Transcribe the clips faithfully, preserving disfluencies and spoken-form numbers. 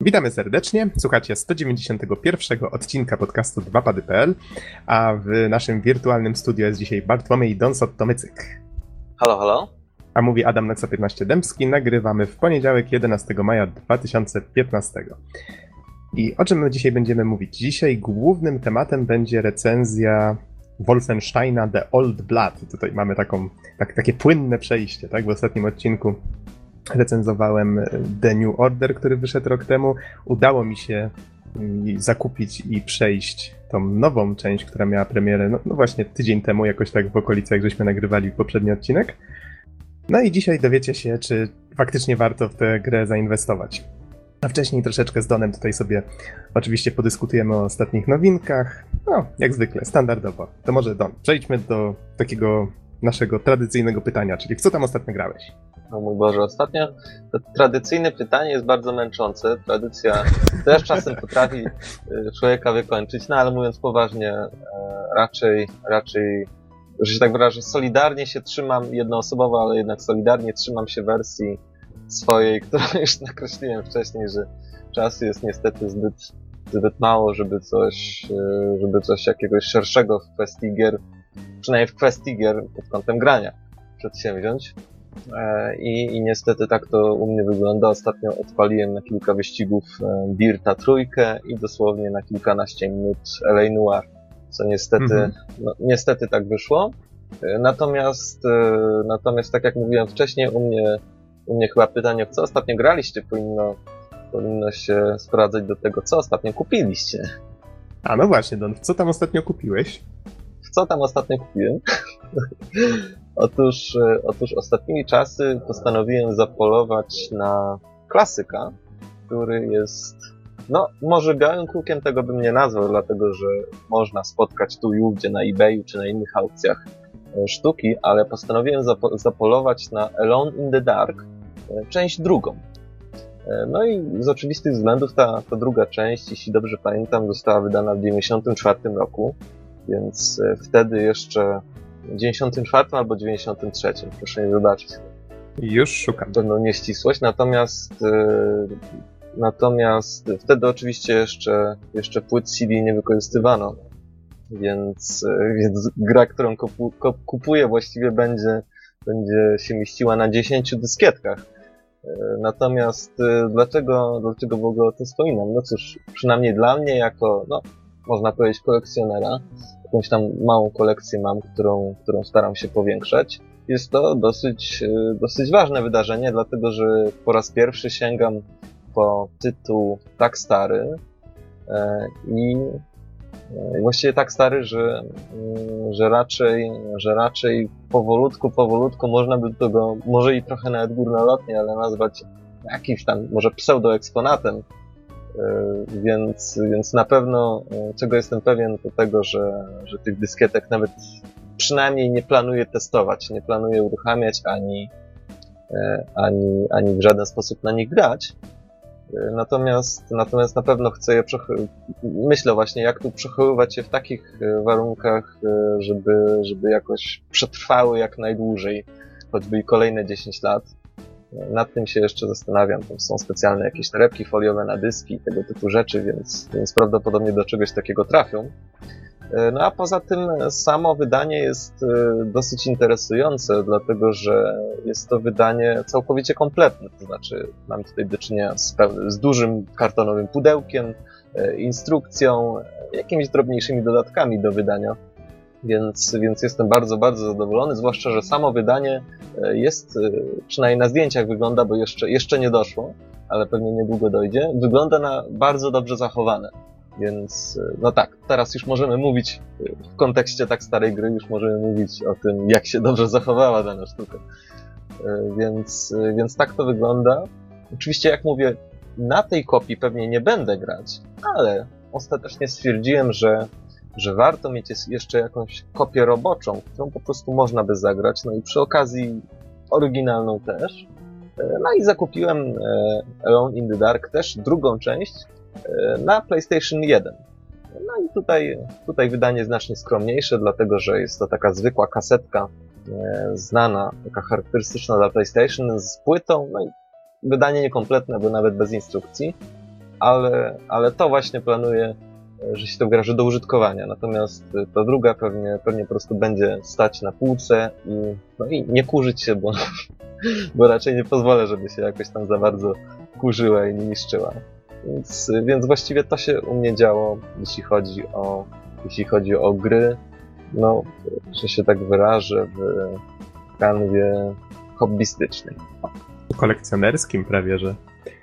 Witamy serdecznie. Słuchacie sto dziewięćdziesiątego pierwszego odcinka podcastu dwa pady kropka p l, a w naszym wirtualnym studiu jest dzisiaj Bartłomiej Donsot-Tomycyk. Halo, halo. A mówi Adam Nexa piętnaście Dębski. Nagrywamy w poniedziałek jedenastego maja dwa tysiące piętnastego. I o czym my dzisiaj będziemy mówić? Dzisiaj głównym tematem będzie recenzja Wolfensteina The Old Blood. Tutaj mamy taką, tak, takie płynne przejście, tak? W ostatnim odcinku recenzowałem The New Order, który wyszedł rok temu. Udało mi się zakupić i przejść tą nową część, która miała premierę, no, no właśnie tydzień temu, jakoś tak w okolicy, jak żeśmy nagrywali poprzedni odcinek. No i dzisiaj dowiecie się, czy faktycznie warto w tę grę zainwestować. A wcześniej troszeczkę z Donem tutaj sobie oczywiście podyskutujemy o ostatnich nowinkach. No, jak zwykle, standardowo. To może Don, przejdźmy do takiego naszego tradycyjnego pytania, czyli w co tam ostatnio grałeś? O mój Boże, ostatnio to tradycyjne pytanie jest bardzo męczące. Tradycja też czasem potrafi człowieka wykończyć, no ale mówiąc poważnie, raczej, raczej, że się tak wyrażę, solidarnie się trzymam, jednoosobowo, ale jednak solidarnie trzymam się wersji swojej, którą już nakreśliłem wcześniej, że czasu jest niestety zbyt, zbyt mało, żeby coś, żeby coś jakiegoś szerszego w kwestii gier, przynajmniej w kwestii gier pod kątem grania przedsięwziąć. I, I niestety tak to u mnie wygląda. Ostatnio odpaliłem na kilka wyścigów Dirta trójkę i dosłownie na kilkanaście minut L A Noire, co niestety, mhm. no, niestety tak wyszło. Natomiast, natomiast tak jak mówiłem wcześniej, u mnie, u mnie chyba pytanie, w co ostatnio graliście, powinno, powinno się sprowadzać do tego, co ostatnio kupiliście. A no właśnie, Don, co tam ostatnio kupiłeś? Co tam ostatnio kupiłem? Otóż, otóż ostatnimi czasy postanowiłem zapolować na klasyka, który jest, no może białym krukiem tego bym nie nazwał, dlatego że można spotkać tu i ówdzie na eBayu czy na innych aukcjach sztuki, ale postanowiłem zapo- zapolować na Alone in the Dark, część drugą. No i z oczywistych względów ta, ta druga część, jeśli dobrze pamiętam, została wydana w dziewięćdziesiątym czwartym roku, więc wtedy jeszcze w dziewięćdziesiątym czwartym albo dziewięćdziesiątym trzecim, proszę mi wybaczyć. Już szukam. Pewną nieścisłość, natomiast yy, natomiast wtedy oczywiście jeszcze, jeszcze płyt C D nie wykorzystywano, więc, yy, więc gra, którą kupu, kupuję właściwie będzie, będzie się mieściła na dziesięciu dyskietkach. Yy, natomiast yy, dlaczego, dlaczego w ogóle o tym wspominam? No cóż, przynajmniej dla mnie jako, no, można powiedzieć kolekcjonera, jakąś tam małą kolekcję mam, którą, którą staram się powiększać. Jest to dosyć, dosyć ważne wydarzenie, dlatego że po raz pierwszy sięgam po tytuł tak stary i właściwie tak stary, że, że raczej, że raczej powolutku, powolutku można by tego, może i trochę nawet górnolotnie, ale nazwać jakimś tam może pseudoeksponatem. Więc, więc na pewno, czego jestem pewien, to tego, że, że tych dyskietek nawet przynajmniej nie planuję testować, nie planuję uruchamiać, ani, ani, ani w żaden sposób na nich grać. Natomiast, natomiast na pewno chcę je przechy- myślę właśnie, jak tu przechowywać je w takich warunkach, żeby, żeby jakoś przetrwały jak najdłużej, choćby i kolejne dziesięć lat. Nad tym się jeszcze zastanawiam. Tam są specjalne jakieś torebki foliowe na dyski i tego typu rzeczy, więc, więc prawdopodobnie do czegoś takiego trafią. No a poza tym samo wydanie jest dosyć interesujące, dlatego że jest to wydanie całkowicie kompletne. To znaczy mamy tutaj do czynienia z, z dużym kartonowym pudełkiem, instrukcją, jakimiś drobniejszymi dodatkami do wydania. Więc, więc jestem bardzo, bardzo zadowolony, zwłaszcza, że samo wydanie jest, przynajmniej na zdjęciach wygląda, bo jeszcze, jeszcze nie doszło, ale pewnie niedługo dojdzie, wygląda na bardzo dobrze zachowane. Więc, no tak, teraz już możemy mówić, w kontekście tak starej gry, już możemy mówić o tym, jak się dobrze zachowała dana sztuka. Więc, więc tak to wygląda. Oczywiście, jak mówię, na tej kopii pewnie nie będę grać, ale ostatecznie stwierdziłem, że że warto mieć jeszcze jakąś kopię roboczą, którą po prostu można by zagrać, no i przy okazji oryginalną też. No i zakupiłem Alone in the Dark też drugą część na PlayStation jeden. No i tutaj, tutaj wydanie znacznie skromniejsze, dlatego że jest to taka zwykła kasetka znana, taka charakterystyczna dla PlayStation z płytą, no i wydanie niekompletne, bo nawet bez instrukcji. ale, ale to właśnie planuję, że się to wgraży do użytkowania. Natomiast ta druga pewnie, pewnie po prostu będzie stać na półce i, no i nie kurzyć się, bo, bo raczej nie pozwolę, żeby się jakoś tam za bardzo kurzyła i nie niszczyła. Więc, więc właściwie to się u mnie działo, jeśli chodzi o, jeśli chodzi o gry. No, że się tak wyrażę, w kanwie hobbystycznej. Kolekcjonerskim prawie, że.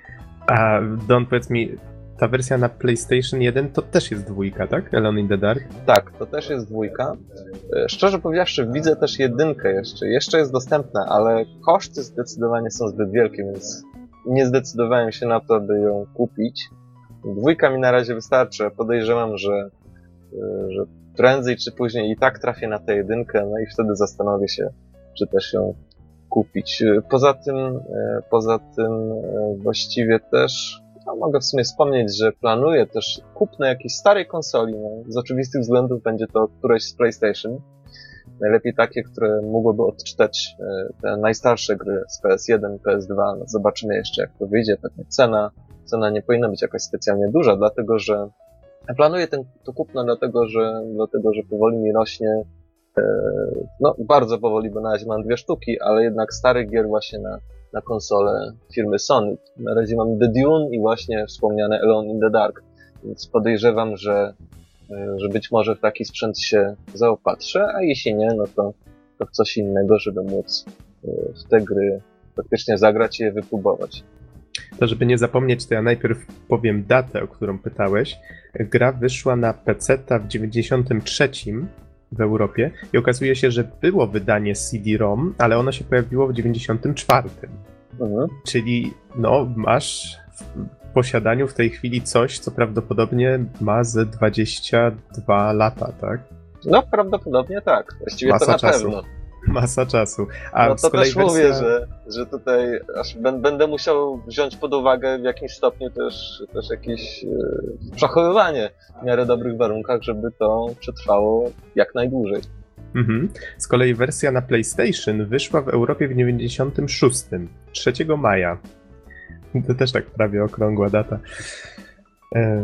A Don, powiedz mi, ta wersja na PlayStation jeden to też jest dwójka, tak? Alone in the Dark? Tak, to też jest dwójka. Szczerze powiedziawszy, widzę też jedynkę jeszcze. Jeszcze jest dostępna, ale koszty zdecydowanie są zbyt wielkie, więc nie zdecydowałem się na to, aby ją kupić. Dwójka mi na razie wystarczy. Podejrzewam, że, że prędzej czy później i tak trafię na tę jedynkę, no i wtedy zastanowię się, czy też ją kupić. Poza tym, poza tym właściwie też no, mogę w sumie wspomnieć, że planuję też kupno jakiejś starej konsoli. No, z oczywistych względów będzie to któreś z PlayStation. Najlepiej takie, które mogłyby odczytać te najstarsze gry z P S jeden, P S dwa. No, zobaczymy jeszcze, jak to wyjdzie. Pewnie cena, cena nie powinna być jakoś specjalnie duża, dlatego że planuję ten, to kupno dlatego, że, dlatego, że powoli mi rośnie. No, bardzo powoli, bo na razie mam dwie sztuki, ale jednak starych gier właśnie na, na konsolę firmy Sony. Na razie mam The Dune i właśnie wspomniane Alone in the Dark, więc podejrzewam, że, że być może w taki sprzęt się zaopatrzę, a jeśli nie, no to, to w coś innego, żeby móc w te gry faktycznie zagrać i je wypróbować. To żeby nie zapomnieć, to ja najpierw powiem datę, o którą pytałeś. Gra wyszła na peceta w dziewięćdziesiątym trzecim w Europie i okazuje się, że było wydanie C D-ROM, ale ono się pojawiło w dziewięćdziesiątym czwartym. Mhm. Czyli no, masz w posiadaniu w tej chwili coś, co prawdopodobnie ma ze dwadzieścia dwa lata, tak? No, prawdopodobnie tak. Właściwie Masa to na czasu. pewno. Masa czasu. A no to z kolei też wersja... mówię, że, że tutaj aż będę musiał wziąć pod uwagę w jakimś stopniu też, też jakieś yy, przechowywanie w miarę dobrych warunkach, żeby to przetrwało jak najdłużej. Mhm. Z kolei wersja na PlayStation wyszła w Europie w dziewięćdziesiątym szóstym, trzeciego maja. To też tak prawie okrągła data. E...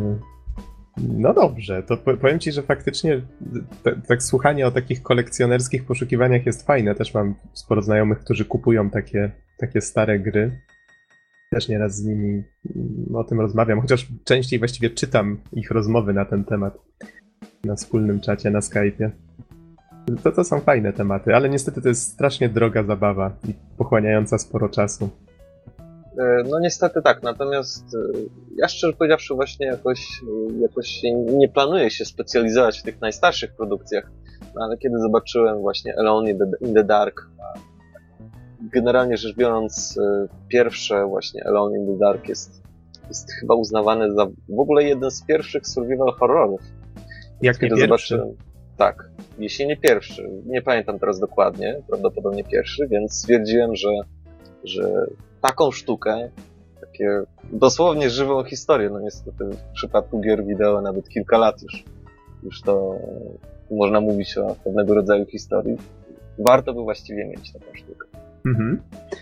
No dobrze, to powiem ci, że faktycznie t- tak słuchanie o takich kolekcjonerskich poszukiwaniach jest fajne. Też mam sporo znajomych, którzy kupują takie, takie stare gry. Też nieraz z nimi o tym rozmawiam, chociaż częściej właściwie czytam ich rozmowy na ten temat na wspólnym czacie, na Skype'ie. To, to są fajne tematy, ale niestety to jest strasznie droga zabawa i pochłaniająca sporo czasu. No niestety tak, natomiast ja szczerze powiedziawszy właśnie jakoś, jakoś nie planuję się specjalizować w tych najstarszych produkcjach, no ale kiedy zobaczyłem właśnie Alone in the Dark, generalnie rzecz biorąc pierwsze właśnie Alone in the Dark jest, jest chyba uznawane za w ogóle jeden z pierwszych survival horrorów. Jak nie pierwszy? Tak, jeśli nie pierwszy, nie pamiętam teraz dokładnie, prawdopodobnie pierwszy, więc stwierdziłem, że, że taką sztukę, takie dosłownie żywą historię, no niestety w przypadku gier wideo nawet kilka lat już, już to można mówić o pewnego rodzaju historii. Warto by właściwie mieć taką sztukę. Mhm.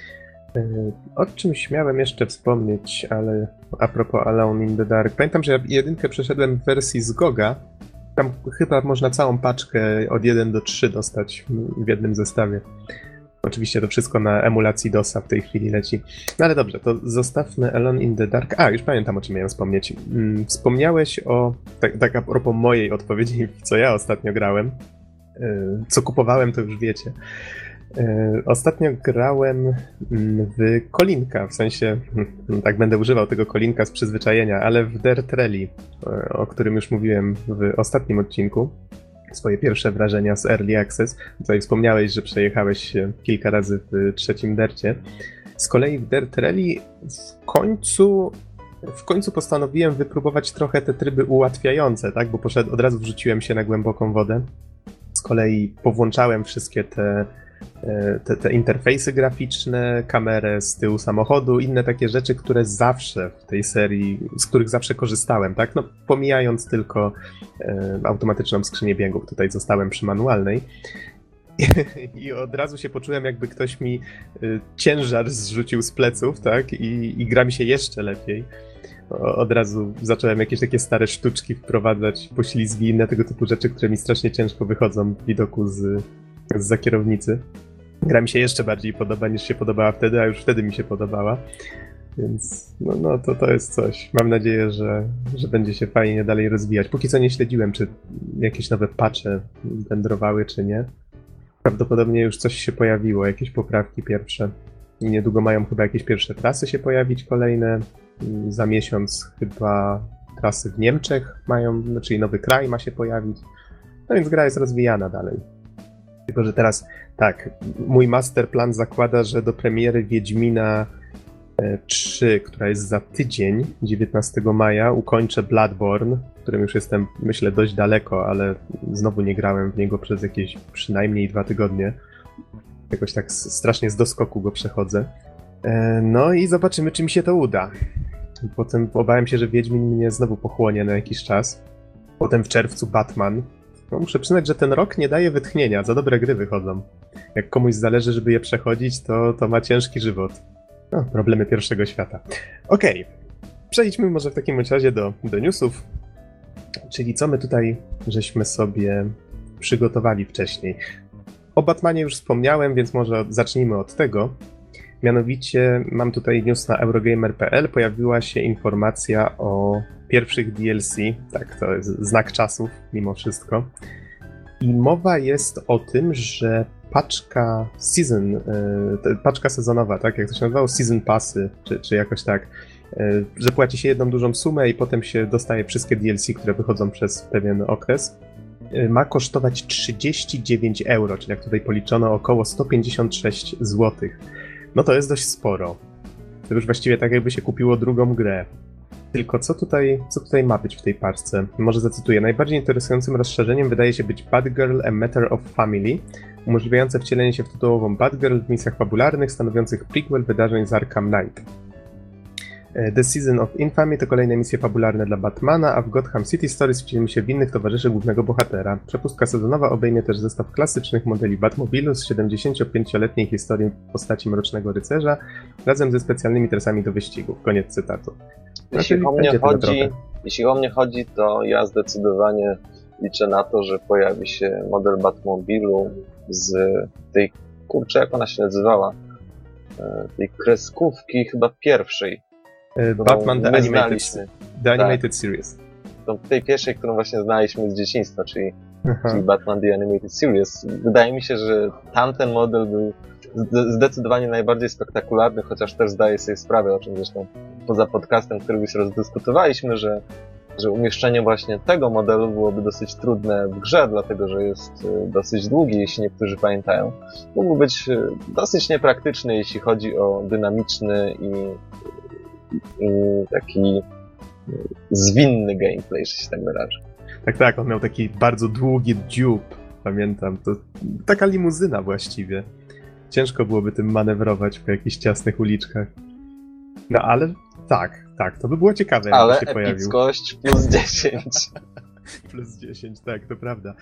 O czymś miałem jeszcze wspomnieć, ale a propos Alone in the Dark. Pamiętam, że ja jedynkę przeszedłem w wersji z Goga. Tam chyba można całą paczkę od jeden do trzy dostać w jednym zestawie. Oczywiście to wszystko na emulacji dosa w tej chwili leci. No ale dobrze, to zostawmy Alone in the Dark. A, już pamiętam, o czym miałem wspomnieć. Wspomniałeś o, tak, tak a propos mojej odpowiedzi, w co ja ostatnio grałem. Co kupowałem, to już wiecie. Ostatnio grałem w kolinka, w sensie, tak będę używał tego kolinka z przyzwyczajenia, ale w Dirt Rally, o którym już mówiłem w ostatnim odcinku. Swoje pierwsze wrażenia z Early Access. Tutaj wspomniałeś, że przejechałeś się kilka razy w trzecim dercie. Z kolei w Dirt Rally w końcu, w końcu postanowiłem wypróbować trochę te tryby ułatwiające, tak? Bo poszedł, od razu wrzuciłem się na głęboką wodę. Z kolei powłączałem wszystkie te, te, te interfejsy graficzne, kamerę z tyłu samochodu, inne takie rzeczy, które zawsze w tej serii, z których zawsze korzystałem, tak? No, pomijając tylko e, automatyczną skrzynię biegów, tutaj zostałem przy manualnej. I od razu się poczułem, jakby ktoś mi y, ciężar zrzucił z pleców, tak? I, i gra mi się jeszcze lepiej. od razu zacząłem jakieś takie stare sztuczki wprowadzać, poślizgi i inne tego typu rzeczy, które mi strasznie ciężko wychodzą w widoku z, z kierownicy. Gra mi się jeszcze bardziej podoba niż się podobała wtedy, a już wtedy mi się podobała. Więc no, no to, to jest coś. Mam nadzieję, że, że będzie się fajnie dalej rozwijać. Póki co nie śledziłem, czy jakieś nowe patche wędrowały, czy nie. Prawdopodobnie już coś się pojawiło, jakieś poprawki pierwsze. I niedługo mają chyba jakieś pierwsze trasy się pojawić, kolejne. Za miesiąc chyba trasy w Niemczech mają, czyli nowy kraj ma się pojawić. No więc gra jest rozwijana dalej. Tylko że teraz, tak, mój masterplan zakłada, że do premiery Wiedźmina trzy, która jest za tydzień, dziewiętnastego maja, ukończę Bloodborne, w którym już jestem, myślę, dość daleko, ale znowu nie grałem w niego przez jakieś przynajmniej dwa tygodnie. Jakoś tak strasznie z doskoku go przechodzę. No i zobaczymy, czy mi się to uda. Potem obawiam się, że Wiedźmin mnie znowu pochłonie na jakiś czas. Potem w czerwcu Batman. No, muszę przyznać, że ten rok nie daje wytchnienia, za dobre gry wychodzą. Jak komuś zależy, żeby je przechodzić, to, to ma ciężki żywot. No, problemy pierwszego świata. Okej, okay. Przejdźmy może w takim razie do, do newsów. Czyli co my tutaj żeśmy sobie przygotowali wcześniej. O Batmanie już wspomniałem, więc może zacznijmy od tego. Mianowicie mam tutaj news na Eurogamer kropka p l. Pojawiła się informacja o pierwszych D L C. Tak, to jest znak czasów mimo wszystko. I mowa jest o tym, że paczka season, paczka sezonowa, tak jak to się nazywało, season passy, czy, czy jakoś tak, że płaci się jedną dużą sumę i potem się dostaje wszystkie D L C, które wychodzą przez pewien okres, ma kosztować trzydzieści dziewięć euro, czyli jak tutaj policzono około sto pięćdziesiąt sześć złotych. No to jest dość sporo. To już właściwie tak jakby się kupiło drugą grę. Tylko co tutaj, co tutaj ma być w tej paczce? Może zacytuję. Najbardziej interesującym rozszerzeniem wydaje się być Batgirl A Matter of Family, umożliwiające wcielenie się w tytułową Batgirl w misjach fabularnych stanowiących prequel wydarzeń z Arkham Knight. The Season of Infamy to kolejne misje fabularne dla Batmana, a w Gotham City Stories wcielimy się w innych towarzyszy głównego bohatera. Przepustka sezonowa obejmie też zestaw klasycznych modeli Batmobilu z siedemdziesięciopięcioletniej historii w postaci Mrocznego Rycerza, razem ze specjalnymi trasami do wyścigów. Koniec cytatu. Jeśli o mnie chodzi, jeśli o mnie chodzi, to ja zdecydowanie liczę na to, że pojawi się model Batmobilu z tej, kurczę, jak ona się nazywała, tej kreskówki chyba pierwszej. Batman The Animated, The Animated tak. Series. To tej pierwszej, którą właśnie znaliśmy z dzieciństwa, czyli, czyli Batman The Animated Series. Wydaje mi się, że tamten model był zdecydowanie najbardziej spektakularny, chociaż też zdaję sobie sprawę, o czym zresztą poza podcastem, który już rozdyskutowaliśmy, że, że umieszczenie właśnie tego modelu byłoby dosyć trudne w grze, dlatego że jest dosyć długi, jeśli niektórzy pamiętają. Mógł być dosyć niepraktyczny, jeśli chodzi o dynamiczny i i taki zwinny gameplay, że się tak wyrażę. Tak, tak, on miał taki bardzo długi dziób, pamiętam, to taka limuzyna właściwie. Ciężko byłoby tym manewrować po jakichś ciasnych uliczkach. No ale tak, tak, to by było ciekawe, jak ale się pojawił. Ale epickość plus dziesięć. Plus dziesięć, tak, to prawda.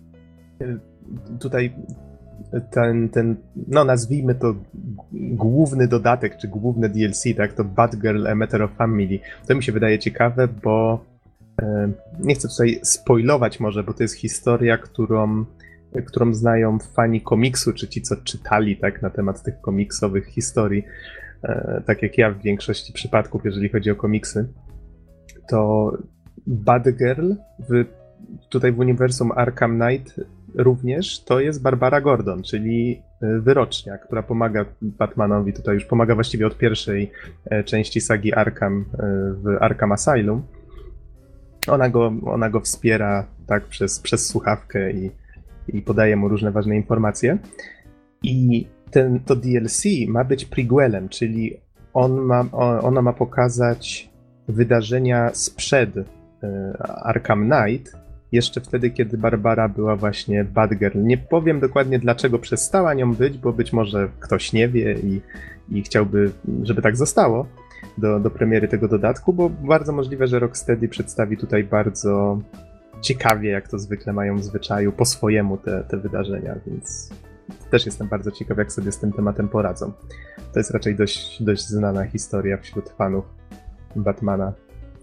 Tutaj ten, ten, no nazwijmy to główny dodatek, czy główne D L C, tak, to Batgirl A Matter of Family. To mi się wydaje ciekawe, bo e, nie chcę tutaj spoilować może, bo to jest historia, którą, którą znają fani komiksu, czy ci, co czytali, tak, na temat tych komiksowych historii, e, tak jak ja w większości przypadków, jeżeli chodzi o komiksy. To Batgirl w, tutaj w uniwersum Arkham Knight również to jest Barbara Gordon, czyli wyrocznia, która pomaga Batmanowi, tutaj już pomaga właściwie od pierwszej części sagi Arkham w Arkham Asylum. Ona go, ona go wspiera tak przez, przez słuchawkę i, i podaje mu różne ważne informacje. I ten, to D L C ma być prequelem, czyli on ma, ona ma pokazać wydarzenia sprzed Arkham Knight, jeszcze wtedy, kiedy Barbara była właśnie Batgirl. Nie powiem dokładnie, dlaczego przestała nią być, bo być może ktoś nie wie i, i chciałby, żeby tak zostało do, do premiery tego dodatku, bo bardzo możliwe, że Rocksteady przedstawi tutaj bardzo ciekawie, jak to zwykle mają w zwyczaju, po swojemu te, te wydarzenia, więc też jestem bardzo ciekaw, jak sobie z tym tematem poradzą. To jest raczej dość, dość znana historia wśród fanów Batmana.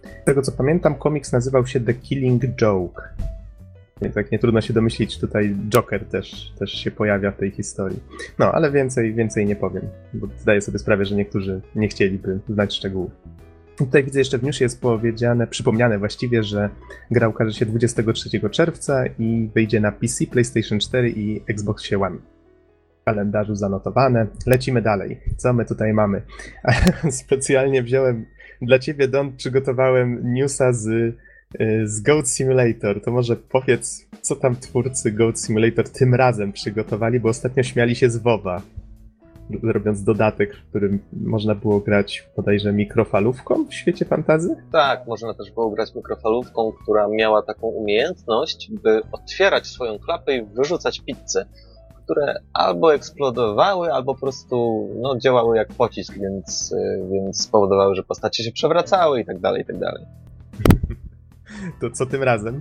Z tego co pamiętam, komiks nazywał się The Killing Joke. Więc tak nie trudno się domyślić, tutaj Joker też, też się pojawia w tej historii. No, ale więcej, więcej nie powiem, bo zdaję sobie sprawę, że niektórzy nie chcieliby znać szczegółów. Tutaj widzę jeszcze w newsie jest powiedziane, przypomniane właściwie, że gra ukaże się dwudziestego trzeciego czerwca i wyjdzie na P C, PlayStation cztery i Xbox One. W kalendarzu zanotowane. Lecimy dalej. Co my tutaj mamy? Specjalnie wziąłem dla ciebie, Don, przygotowałem newsa z, z Goat Simulator. To może powiedz, co tam twórcy Goat Simulator tym razem przygotowali, bo ostatnio śmiali się z WoWa, robiąc dodatek, w którym można było grać bodajże mikrofalówką w świecie fantasy? Tak, można też było grać mikrofalówką, która miała taką umiejętność, by otwierać swoją klapę i wyrzucać pizze, które albo eksplodowały, albo po prostu no, działały jak pocisk, więc, więc spowodowały, że postacie się przewracały i tak dalej, i tak dalej. To co tym razem?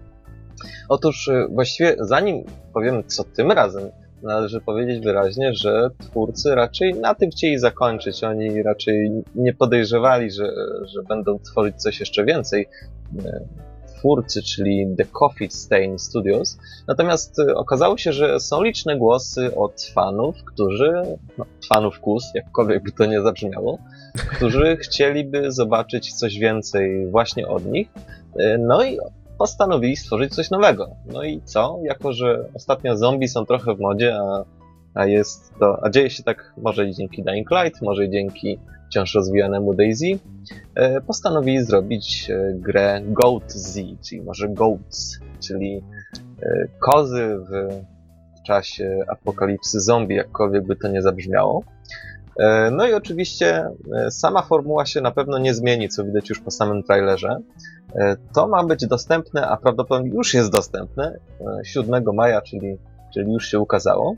Otóż właściwie zanim powiem co tym razem, należy powiedzieć wyraźnie, że twórcy raczej na tym chcieli zakończyć. Oni raczej nie podejrzewali, że, że będą tworzyć coś jeszcze więcej. Twórcy, czyli The Coffee Stain Studios. Natomiast okazało się, że są liczne głosy od fanów, którzy, no, fanów Kus, jakkolwiek by to nie zabrzmiało, którzy chcieliby zobaczyć coś więcej właśnie od nich. No i postanowili stworzyć coś nowego. No i co? Jako że ostatnio zombie są trochę w modzie, a, a jest to, a dzieje się tak może i dzięki Dying Light, może i dzięki wciąż rozwijanemu DayZ, e, postanowili zrobić e, grę Goat Z, czyli może Goats, czyli e, kozy w czasie apokalipsy zombie, jakkolwiek by to nie zabrzmiało. E, no i oczywiście e, sama formuła się na pewno nie zmieni, co widać już po samym trailerze. To ma być dostępne, a prawdopodobnie już jest dostępne siódmego maja, czyli, czyli już się ukazało.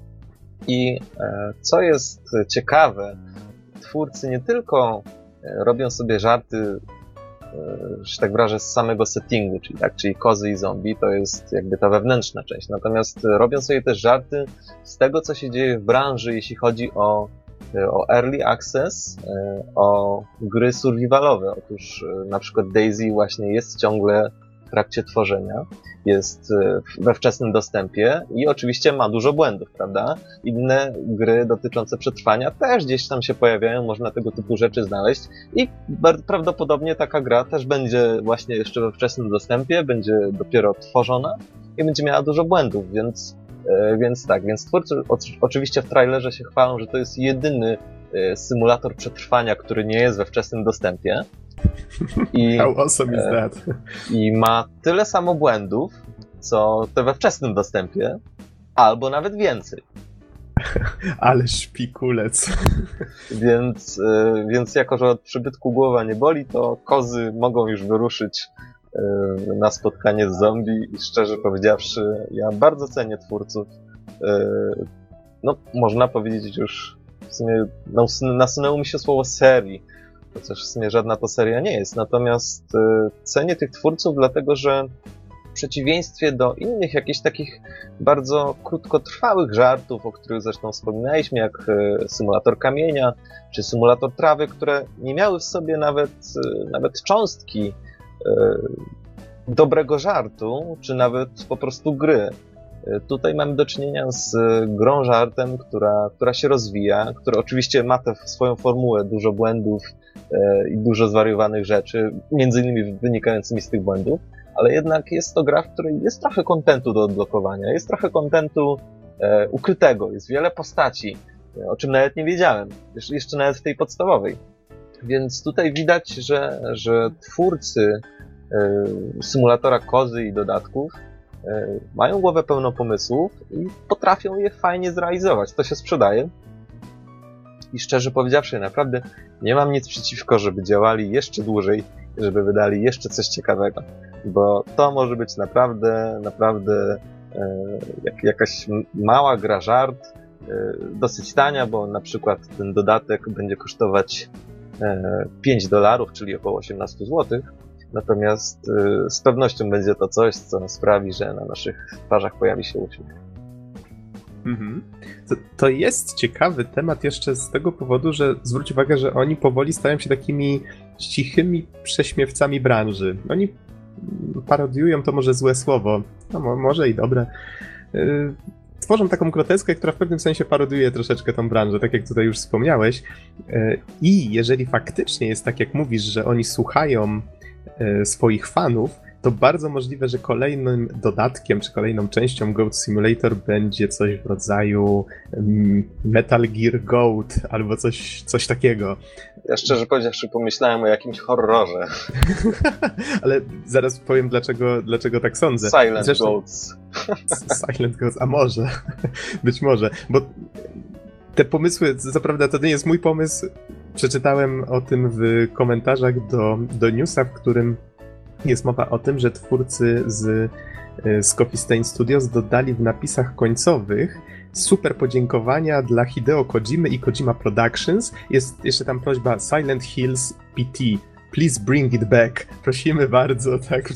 I co jest ciekawe, twórcy nie tylko robią sobie żarty, że tak wyrażę, z samego settingu, czyli, tak, czyli kozy i zombie, to jest jakby ta wewnętrzna część. Natomiast robią sobie też żarty z tego, co się dzieje w branży, jeśli chodzi o o Early Access, o gry survivalowe. Otóż na przykład DayZ właśnie jest ciągle w trakcie tworzenia, jest we wczesnym dostępie i oczywiście ma dużo błędów, prawda? Inne gry dotyczące przetrwania też gdzieś tam się pojawiają, można tego typu rzeczy znaleźć i prawdopodobnie taka gra też będzie właśnie jeszcze we wczesnym dostępie, będzie dopiero tworzona i będzie miała dużo błędów, więc Więc tak, więc twórcy oczywiście w trailerze się chwalą, że to jest jedyny symulator przetrwania, który nie jest we wczesnym dostępie. I, How awesome is that? I ma tyle samo błędów, co te we wczesnym dostępie, albo nawet więcej. Ale szpikulec. Więc, więc jako, że od przybytku głowa nie boli, to kozy mogą już wyruszyć na spotkanie z zombie i szczerze powiedziawszy, ja bardzo cenię twórców. No, można powiedzieć już w sumie, nasunęło mi się słowo serii, chociaż w sumie żadna to seria nie jest. Natomiast cenię tych twórców dlatego, że w przeciwieństwie do innych jakichś takich bardzo krótkotrwałych żartów, o których zresztą wspominaliśmy, jak symulator kamienia, czy symulator trawy, które nie miały w sobie nawet, nawet cząstki dobrego żartu, czy nawet po prostu gry. Tutaj mamy do czynienia z grą żartem, która, która się rozwija, która oczywiście ma tę swoją formułę, dużo błędów i dużo zwariowanych rzeczy, między innymi wynikającymi z tych błędów, ale jednak jest to gra, w której jest trochę kontentu do odblokowania, jest trochę kontentu e, ukrytego, jest wiele postaci, o czym nawet nie wiedziałem, jeszcze nawet w tej podstawowej. Więc tutaj widać, że, że twórcy symulatora kozy i dodatków mają głowę pełną pomysłów i potrafią je fajnie zrealizować. To się sprzedaje. I szczerze powiedziawszy, naprawdę nie mam nic przeciwko, żeby działali jeszcze dłużej, żeby wydali jeszcze coś ciekawego. Bo to może być naprawdę, naprawdę jak, jakaś mała gra żart, dosyć tania, bo na przykład ten dodatek będzie kosztować pięć dolarów, czyli około osiemnaście złotych. Natomiast y, z pewnością będzie to coś, co sprawi, że na naszych twarzach pojawi się uśmiech. Mhm. To, to jest ciekawy temat jeszcze z tego powodu, że zwróć uwagę, że oni powoli stają się takimi cichymi prześmiewcami branży. Oni parodiują, to może złe słowo, no mo- może i dobre. Yy, tworzą taką groteskę, która w pewnym sensie parodiuje troszeczkę tą branżę, tak jak tutaj już wspomniałeś. Yy, I jeżeli faktycznie jest tak, jak mówisz, że oni słuchają yy, swoich fanów, to bardzo możliwe, że kolejnym dodatkiem, czy kolejną częścią Goat Simulator będzie coś w rodzaju um, Metal Gear Goat, albo coś, coś takiego. Ja szczerze powiedziawszy pomyślałem o jakimś horrorze. Ale zaraz powiem, dlaczego, dlaczego tak sądzę. Silent Zresztą, Goats. Silent Goats, a może. Być może, bo te pomysły, co prawda to nie jest mój pomysł, przeczytałem o tym w komentarzach do, do newsa, w którym jest mowa o tym, że twórcy z, z Coffee Stain Studios dodali w napisach końcowych super podziękowania dla Hideo Kojimy i Kojima Productions. Jest jeszcze tam prośba Silent Hills P T. Please bring it back. Prosimy bardzo, tak?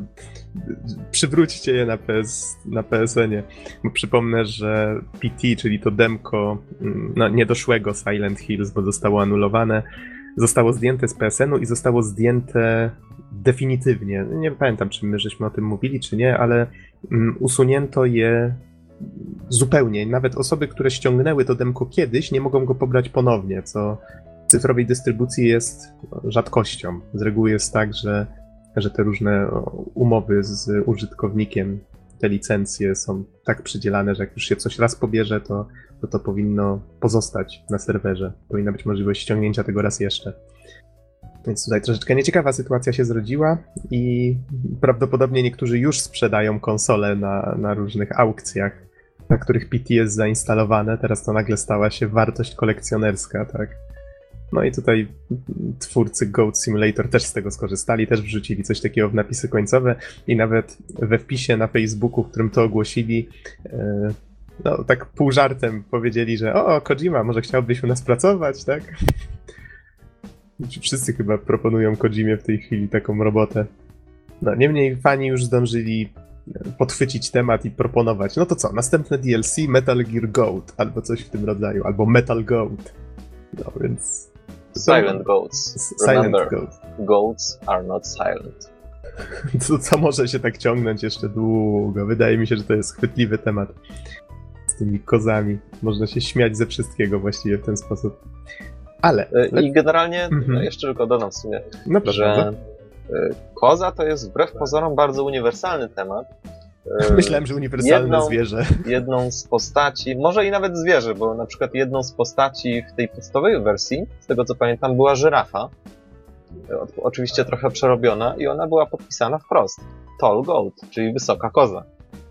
Przywróćcie je na, P S, na P S N ie. Bo przypomnę, że P T, czyli to demko no, niedoszłego Silent Hills, bo zostało anulowane, zostało zdjęte z P S N u i zostało zdjęte definitywnie. Nie pamiętam, czy my żeśmy o tym mówili, czy nie, ale um, usunięto je zupełnie. Nawet osoby, które ściągnęły to demko kiedyś, nie mogą go pobrać ponownie, co w cyfrowej dystrybucji jest rzadkością. Z reguły jest tak, że, że te różne umowy z użytkownikiem, te licencje są tak przydzielane, że jak już się coś raz pobierze, to to, to powinno pozostać na serwerze. Powinna być możliwość ściągnięcia tego raz jeszcze. Więc tutaj troszeczkę nieciekawa sytuacja się zrodziła i prawdopodobnie niektórzy już sprzedają konsole na, na różnych aukcjach, na których P T jest zainstalowane. Teraz to nagle stała się wartość kolekcjonerska, tak? No i tutaj twórcy Goat Simulator też z tego skorzystali, też wrzucili coś takiego w napisy końcowe i nawet we wpisie na Facebooku, w którym to ogłosili, no tak pół żartem powiedzieli, że o, Kojima, może chciałbyś u nas pracować, tak? Wszyscy chyba proponują Kojimie w tej chwili taką robotę. No, niemniej fani już zdążyli podchwycić temat i proponować. No to co, następne D L C Metal Gear Goat, albo coś w tym rodzaju, albo Metal Goat. No więc... Silent Goats. Silent Remember, Goats. Goats are not silent. To co może się tak ciągnąć jeszcze długo. Wydaje mi się, że to jest chwytliwy temat. Z tymi kozami. Można się śmiać ze wszystkiego właściwie w ten sposób. Ale... I generalnie, Mhm. no jeszcze tylko dodam w sumie, No proszę że bardzo. y, koza to jest wbrew pozorom bardzo uniwersalny temat. Y, Myślałem, że uniwersalne jedną- zwierzę. Jedną z postaci, może i nawet zwierzę, bo na przykład jedną z postaci w tej podstawowej wersji, z tego co pamiętam, była żyrafa. O, oczywiście trochę przerobiona i ona była podpisana wprost. Tall Goat, czyli wysoka koza.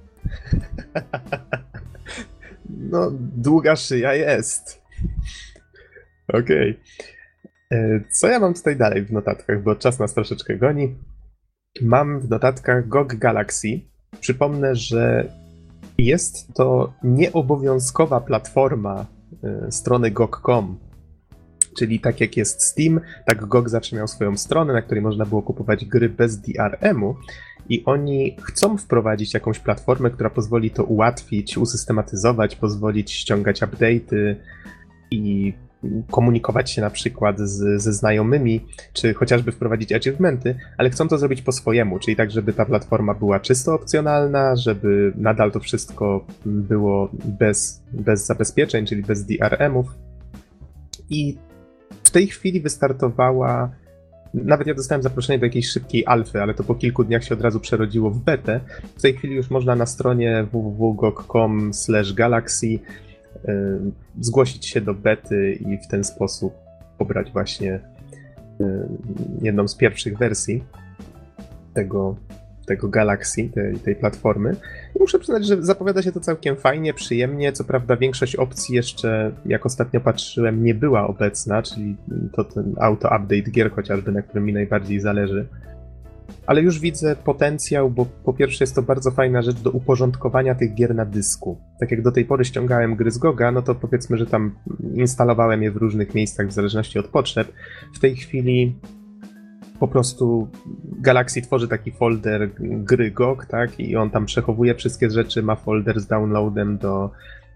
No, długa szyja jest. Okej. E, Co ja mam tutaj dalej w notatkach, bo czas nas troszeczkę goni. Mam w notatkach G O G Galaxy. Przypomnę, że jest to nieobowiązkowa platforma e, strony G O G kropka com. Czyli tak jak jest Steam, tak G O G zawsze miał swoją stronę, na której można było kupować gry bez D R M u i oni chcą wprowadzić jakąś platformę, która pozwoli to ułatwić, usystematyzować, pozwolić ściągać update'y i komunikować się na przykład z, ze znajomymi, czy chociażby wprowadzić achievementy, ale chcą to zrobić po swojemu, czyli tak, żeby ta platforma była czysto opcjonalna, żeby nadal to wszystko było bez, bez zabezpieczeń, czyli bez D R M ów. I w tej chwili wystartowała, nawet ja dostałem zaproszenie do jakiejś szybkiej alfy, ale to po kilku dniach się od razu przerodziło w betę. W tej chwili już można na stronie w w w kropka g o g kropka com slash galaxy yy, zgłosić się do bety i w ten sposób pobrać właśnie yy, jedną z pierwszych wersji tego, tego Galaxy, tej, tej platformy. I muszę przyznać, że zapowiada się to całkiem fajnie, przyjemnie. Co prawda większość opcji jeszcze, jak ostatnio patrzyłem, nie była obecna, czyli to ten auto-update gier chociażby, na którym mi najbardziej zależy. Ale już widzę potencjał, bo po pierwsze jest to bardzo fajna rzecz do uporządkowania tych gier na dysku. Tak jak do tej pory ściągałem gry z Goga, no to powiedzmy, że tam instalowałem je w różnych miejscach w zależności od potrzeb. W tej chwili po prostu Galaxy tworzy taki folder gry G O G, tak, i on tam przechowuje wszystkie rzeczy, ma folder z downloadem do,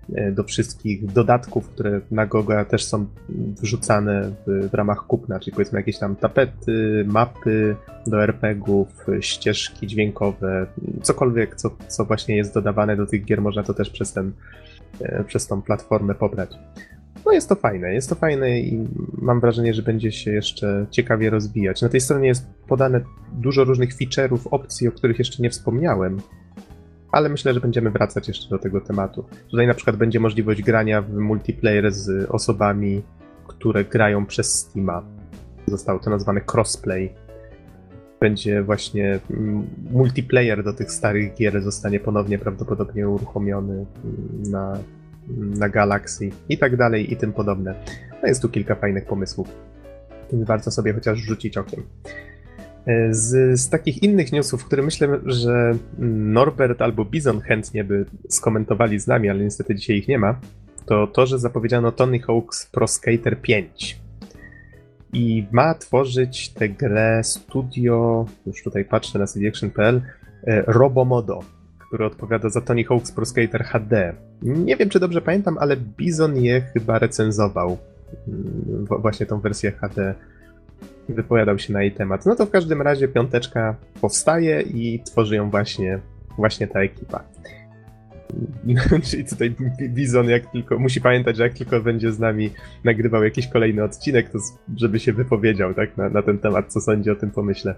do wszystkich dodatków, które na Goga też są wrzucane w, w ramach kupna, czyli powiedzmy jakieś tam tapety, mapy do er pe gów, ścieżki dźwiękowe, cokolwiek, co, co właśnie jest dodawane do tych gier, można to też przez, ten, przez tą platformę pobrać. No jest to fajne, jest to fajne i mam wrażenie, że będzie się jeszcze ciekawie rozwijać. Na tej stronie jest podane dużo różnych feature'ów, opcji, o których jeszcze nie wspomniałem, ale myślę, że będziemy wracać jeszcze do tego tematu. Tutaj na przykład będzie możliwość grania w multiplayer z osobami, które grają przez Steama. Zostało to nazwane crossplay. Będzie właśnie multiplayer do tych starych gier, zostanie ponownie prawdopodobnie uruchomiony na, na Galaxy i tak dalej i tym podobne. No jest tu kilka fajnych pomysłów, więc warto sobie chociaż rzucić okiem. Z, z takich innych newsów, które myślę, że Norbert albo Bizon chętnie by skomentowali z nami, ale niestety dzisiaj ich nie ma, to to, że zapowiedziano Tony Hawk's Pro Skater pięć. I ma tworzyć tę grę studio, już tutaj patrzę na C D Action kropka p l, Robomodo, który odpowiada za Tony Hawk's Pro Skater H D. Nie wiem, czy dobrze pamiętam, ale Bizon je chyba recenzował, właśnie tą wersję H D. Wypowiadał się na jej temat. No to w każdym razie piąteczka powstaje i tworzy ją właśnie, właśnie ta ekipa. Czyli tutaj Bizon jak tylko, musi pamiętać, że jak tylko będzie z nami nagrywał jakiś kolejny odcinek, to żeby się wypowiedział tak, na, na ten temat, co sądzi o tym pomyśle.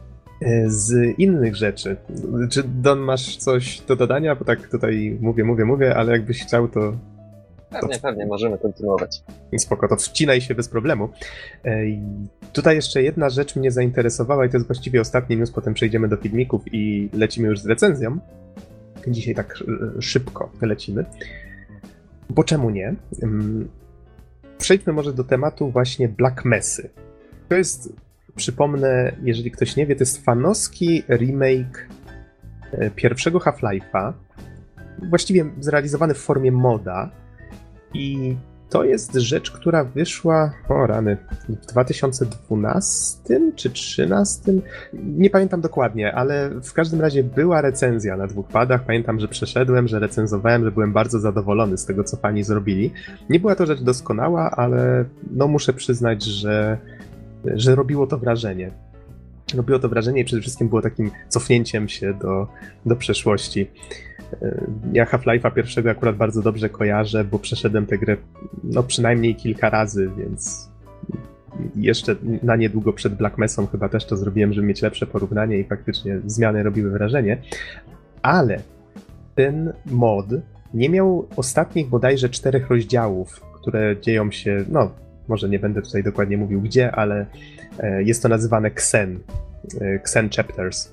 Z innych rzeczy, czy Don masz coś do dodania? Bo tak tutaj mówię, mówię, mówię, ale jakbyś chciał, to... Pewnie, to... pewnie, możemy kontynuować. Spoko, to wcinaj się bez problemu. Ej, tutaj jeszcze jedna rzecz mnie zainteresowała i to jest właściwie ostatni news, potem przejdziemy do filmików i lecimy już z recenzją. Dzisiaj tak szybko lecimy. Bo czemu nie? Przejdźmy może do tematu właśnie Black Messy. To jest, przypomnę, jeżeli ktoś nie wie, to jest fanowski remake pierwszego Half-Life'a, właściwie zrealizowany w formie moda. I to jest rzecz, która wyszła, o rany, w dwa tysiące dwunastym czy trzynastym? Nie pamiętam dokładnie, ale w każdym razie była recenzja na dwóch padach. Pamiętam, że przeszedłem, że recenzowałem, że byłem bardzo zadowolony z tego, co fani zrobili. Nie była to rzecz doskonała, ale no muszę przyznać, że, że robiło to wrażenie. Robiło to wrażenie i przede wszystkim było takim cofnięciem się do, do przeszłości. Ja Half-Life'a pierwszego akurat bardzo dobrze kojarzę, bo przeszedłem tę grę no przynajmniej kilka razy, więc jeszcze na niedługo przed Black Messą chyba też to zrobiłem, żeby mieć lepsze porównanie i faktycznie zmiany robiły wrażenie. Ale ten mod nie miał ostatnich bodajże czterech rozdziałów, które dzieją się, no może nie będę tutaj dokładnie mówił gdzie, ale jest to nazywane Xen, Xen Chapters.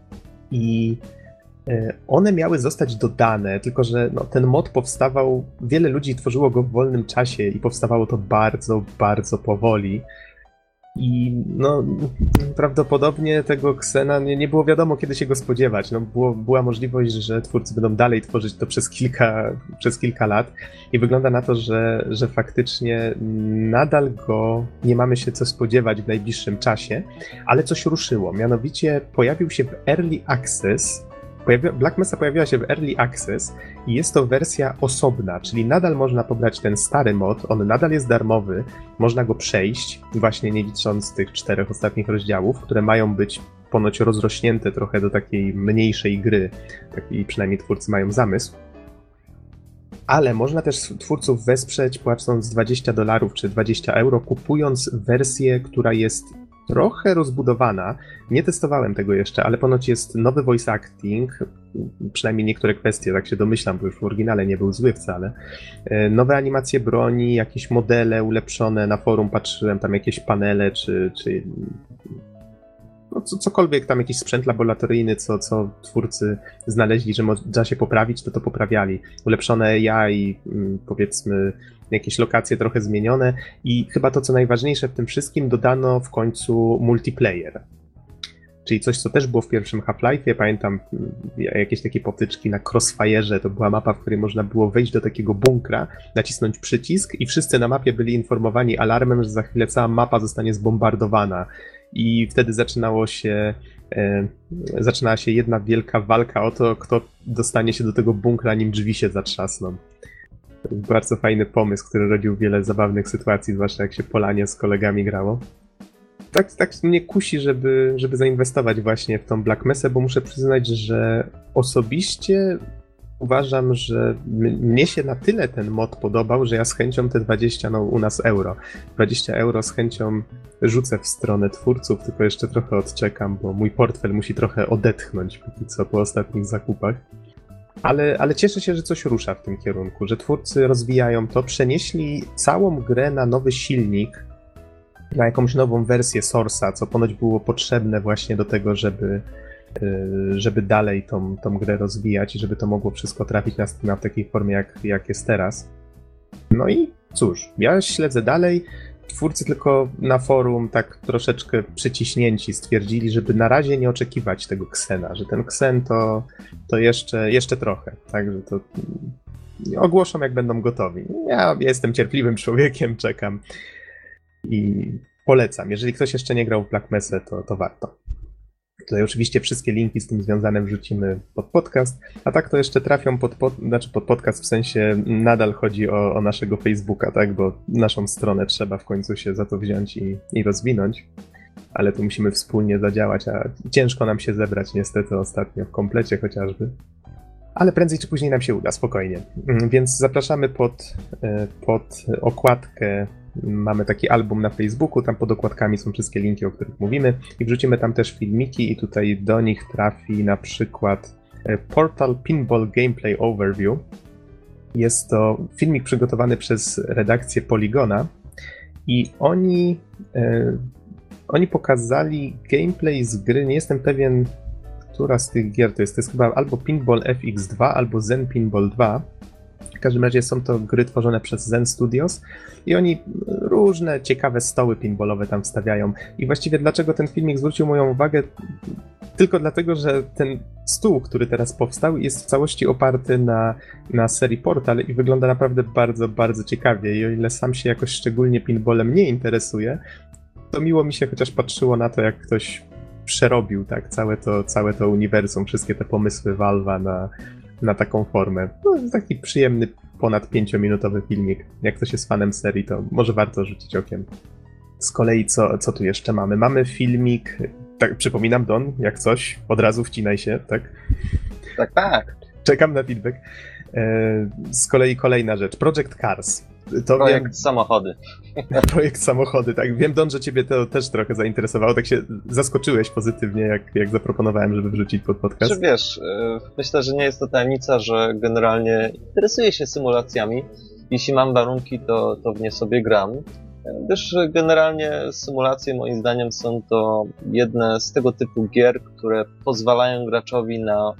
I one miały zostać dodane, tylko że no, ten mod powstawał, wiele ludzi tworzyło go w wolnym czasie i powstawało to bardzo, bardzo powoli. I no prawdopodobnie tego Xena nie, nie było wiadomo, kiedy się go spodziewać. No, było, była możliwość, że twórcy będą dalej tworzyć to przez kilka, przez kilka lat i wygląda na to, że, że faktycznie nadal go nie mamy się co spodziewać w najbliższym czasie, ale coś ruszyło. Mianowicie pojawił się w Early Access. Black Mesa pojawiła się w Early Access i jest to wersja osobna, czyli nadal można pobrać ten stary mod, on nadal jest darmowy, można go przejść, właśnie nie licząc tych czterech ostatnich rozdziałów, które mają być ponoć rozrośnięte trochę do takiej mniejszej gry, taki przynajmniej twórcy mają zamysł. Ale można też twórców wesprzeć płacąc dwadzieścia dolarów czy dwadzieścia euro, kupując wersję, która jest trochę rozbudowana. Nie testowałem tego jeszcze, ale ponoć jest nowy voice acting, przynajmniej niektóre kwestie, tak się domyślam, bo już w oryginale nie był zły wcale. Nowe animacje broni, jakieś modele ulepszone, na forum patrzyłem, tam jakieś panele, czy, czy no, co, cokolwiek tam, jakiś sprzęt laboratoryjny, co, co twórcy znaleźli, że można się poprawić, to to poprawiali. Ulepszone A I, powiedzmy, jakieś lokacje trochę zmienione i chyba to, co najważniejsze w tym wszystkim, dodano w końcu multiplayer. Czyli coś, co też było w pierwszym Half-Life'ie. Pamiętam jakieś takie potyczki na Crossfire'ze. To była mapa, w której można było wejść do takiego bunkra, nacisnąć przycisk i wszyscy na mapie byli informowani alarmem, że za chwilę cała mapa zostanie zbombardowana. I wtedy zaczynało się, e, zaczynała się jedna wielka walka o to, kto dostanie się do tego bunkra, nim drzwi się zatrzasną. To był bardzo fajny pomysł, który rodził wiele zabawnych sytuacji, zwłaszcza jak się polanie z kolegami grało. Tak, tak mnie kusi, żeby, żeby zainwestować właśnie w tą Black Mesę, bo muszę przyznać, że osobiście uważam, że mnie się na tyle ten mod podobał, że ja z chęcią te dwadzieścia, no u nas euro, dwadzieścia euro z chęcią rzucę w stronę twórców, tylko jeszcze trochę odczekam, bo mój portfel musi trochę odetchnąć póki co po ostatnich zakupach. Ale, ale cieszę się, że coś rusza w tym kierunku, że twórcy rozwijają to, przenieśli całą grę na nowy silnik, na jakąś nową wersję Source'a, co ponoć było potrzebne właśnie do tego, żeby żeby dalej tą, tą grę rozwijać i żeby to mogło wszystko trafić na Steama w takiej formie, jak, jak jest teraz. No i cóż, ja śledzę dalej. Twórcy tylko na forum tak troszeczkę przyciśnięci stwierdzili, żeby na razie nie oczekiwać tego Xena, że ten Xen to, to jeszcze, jeszcze trochę, także to ogłoszą, jak będą gotowi. Ja jestem cierpliwym człowiekiem, czekam i polecam. Jeżeli ktoś jeszcze nie grał w Black Mesę, to, to warto. Tutaj oczywiście wszystkie linki z tym związane wrzucimy pod podcast, a tak to jeszcze trafią pod, pod, znaczy pod podcast, w sensie nadal chodzi o, o naszego Facebooka, tak, bo naszą stronę trzeba w końcu się za to wziąć i, i rozwinąć, ale tu musimy wspólnie zadziałać, a ciężko nam się zebrać niestety ostatnio w komplecie chociażby. Ale prędzej czy później nam się uda, spokojnie. Więc zapraszamy pod, pod okładkę. Mamy taki album na Facebooku, tam pod okładkami są wszystkie linki, o których mówimy i wrzucimy tam też filmiki i tutaj do nich trafi na przykład Portal Pinball Gameplay Overview. Jest to filmik przygotowany przez redakcję Polygona i oni, e, oni pokazali gameplay z gry, nie jestem pewien, która z tych gier to jest, to jest chyba albo Pinball F X dwa, albo Zen Pinball dwa. W każdym razie są to gry tworzone przez Zen Studios i oni różne ciekawe stoły pinballowe tam wstawiają. I właściwie dlaczego ten filmik zwrócił moją uwagę? Tylko dlatego, że ten stół, który teraz powstał, jest w całości oparty na, na serii Portal i wygląda naprawdę bardzo, bardzo ciekawie. I o ile sam się jakoś szczególnie pinballem nie interesuje, to miło mi się chociaż patrzyło na to, jak ktoś przerobił tak całe to, całe to uniwersum, wszystkie te pomysły Valve'a na na taką formę. No, taki przyjemny, ponad pięciominutowy filmik. Jak ktoś jest fanem serii, to może warto rzucić okiem. Z kolei co, co tu jeszcze mamy? Mamy filmik, tak, przypominam Don, jak coś, od razu wcinaj się, tak? Tak, tak. Czekam na feedback. Z kolei kolejna rzecz, Project Cars. To projekt wiem, samochody. Projekt samochody, tak. Wiem, Don, że ciebie to też trochę zainteresowało, tak się zaskoczyłeś pozytywnie, jak, jak zaproponowałem, żeby wrzucić pod podcast. Czy wiesz, myślę, że nie jest to tajemnica, że generalnie interesuję się symulacjami. Jeśli mam warunki, to, to w nie sobie gram. Gdyż generalnie symulacje moim zdaniem są to jedne z tego typu gier, które pozwalają graczowi na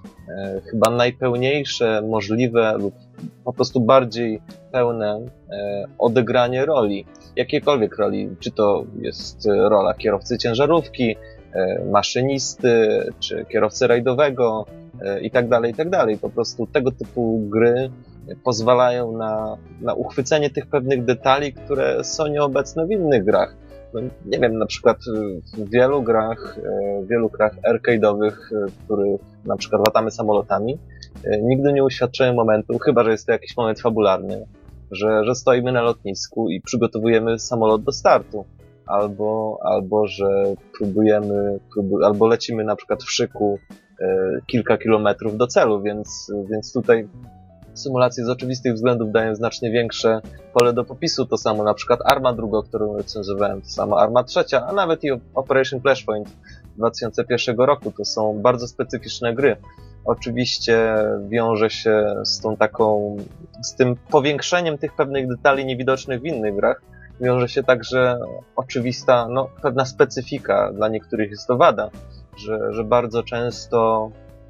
e, chyba najpełniejsze możliwe lub po prostu bardziej pełne e, odegranie roli. Jakiejkolwiek roli, czy to jest rola kierowcy ciężarówki, e, maszynisty, czy kierowcy rajdowego e, i tak dalej, i tak dalej. Po prostu tego typu gry pozwalają na, na uchwycenie tych pewnych detali, które są nieobecne w innych grach. No, nie wiem, na przykład w wielu grach, w wielu grach arcade'owych, w których na przykład latamy samolotami, nigdy nie uświadczyłem momentu, chyba że jest to jakiś moment fabularny, że, że stoimy na lotnisku i przygotowujemy samolot do startu. Albo, albo że próbujemy, próbu- albo lecimy na przykład w szyku e, kilka kilometrów do celu, więc, więc tutaj symulacje z oczywistych względów dają znacznie większe pole do popisu. To samo na przykład Arma druga, którą recenzowałem, to samo Arma trzecia, a nawet i Operation Flashpoint dwa tysiące pierwszego roku. To są bardzo specyficzne gry. Oczywiście wiąże się z tą taką, z tym powiększeniem tych pewnych detali niewidocznych w innych grach. Wiąże się także oczywista, no, pewna specyfika. Dla niektórych jest to wada, że, że bardzo często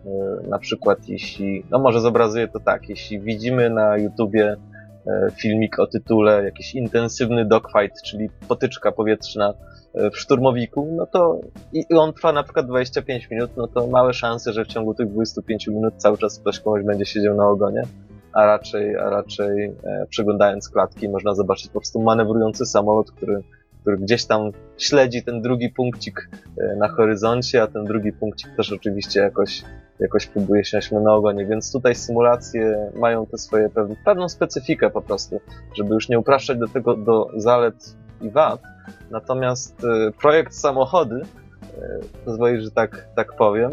na przykład jeśli, no może zobrazuję to tak, jeśli widzimy na YouTubie filmik o tytule jakiś intensywny dogfight, czyli potyczka powietrzna w szturmowiku, no to i on trwa na przykład dwadzieścia pięć minut, no to małe szanse, że w ciągu tych dwudziestu pięciu minut cały czas ktoś komuś będzie siedział na ogonie, a raczej, a raczej e, przeglądając klatki można zobaczyć po prostu manewrujący samolot, który który gdzieś tam śledzi ten drugi punkcik na horyzoncie, a ten drugi punkcik też oczywiście jakoś jakoś próbuje się na ogonie, więc tutaj symulacje mają te swoje pewne, pewną specyfikę po prostu, żeby już nie upraszczać do tego do zalet i wad. Natomiast y, projekt samochody, y, pozwolisz, że tak, tak powiem,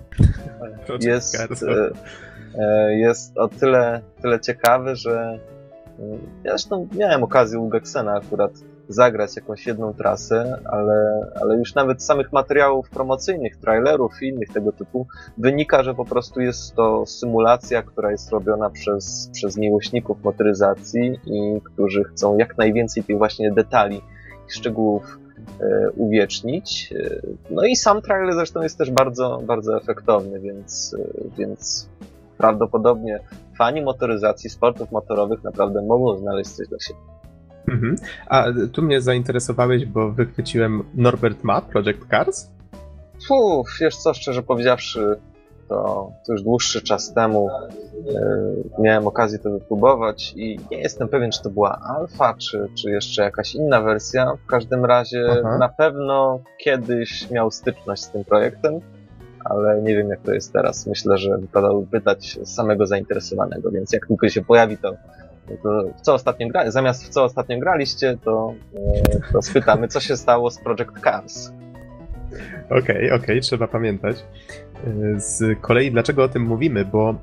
jest, y, y, jest o tyle, tyle ciekawy, że y, ja zresztą miałem okazję u Gexena akurat zagrać jakąś jedną trasę, ale, ale już nawet z samych materiałów promocyjnych, trailerów i innych tego typu wynika, że po prostu jest to symulacja, która jest robiona przez, przez miłośników motoryzacji i którzy chcą jak najwięcej tych właśnie detali i szczegółów e, uwiecznić. E, no i sam trailer zresztą jest też bardzo, bardzo efektowny, więc, e, więc prawdopodobnie fani motoryzacji, sportów motorowych naprawdę mogą znaleźć coś dla siebie. Mhm. A tu mnie zainteresowałeś, bo wychwyciłem Norbert Ma, Project Cars. Fuf, wiesz co, szczerze powiedziawszy, to, to już dłuższy czas temu yy, miałem okazję to wypróbować i nie jestem pewien, czy to była alfa, czy, czy jeszcze jakaś inna wersja. W każdym razie Aha. na pewno kiedyś miał styczność z tym projektem, ale nie wiem, jak to jest teraz. Myślę, że wypadałoby pytać samego zainteresowanego, więc jak tylko się pojawi, to To w co ostatnio gra... Zamiast w co ostatnio graliście, to, to spytamy, co się stało z Project Cars. Okej, okay, okej, okay, trzeba pamiętać. Z kolei dlaczego o tym mówimy, bo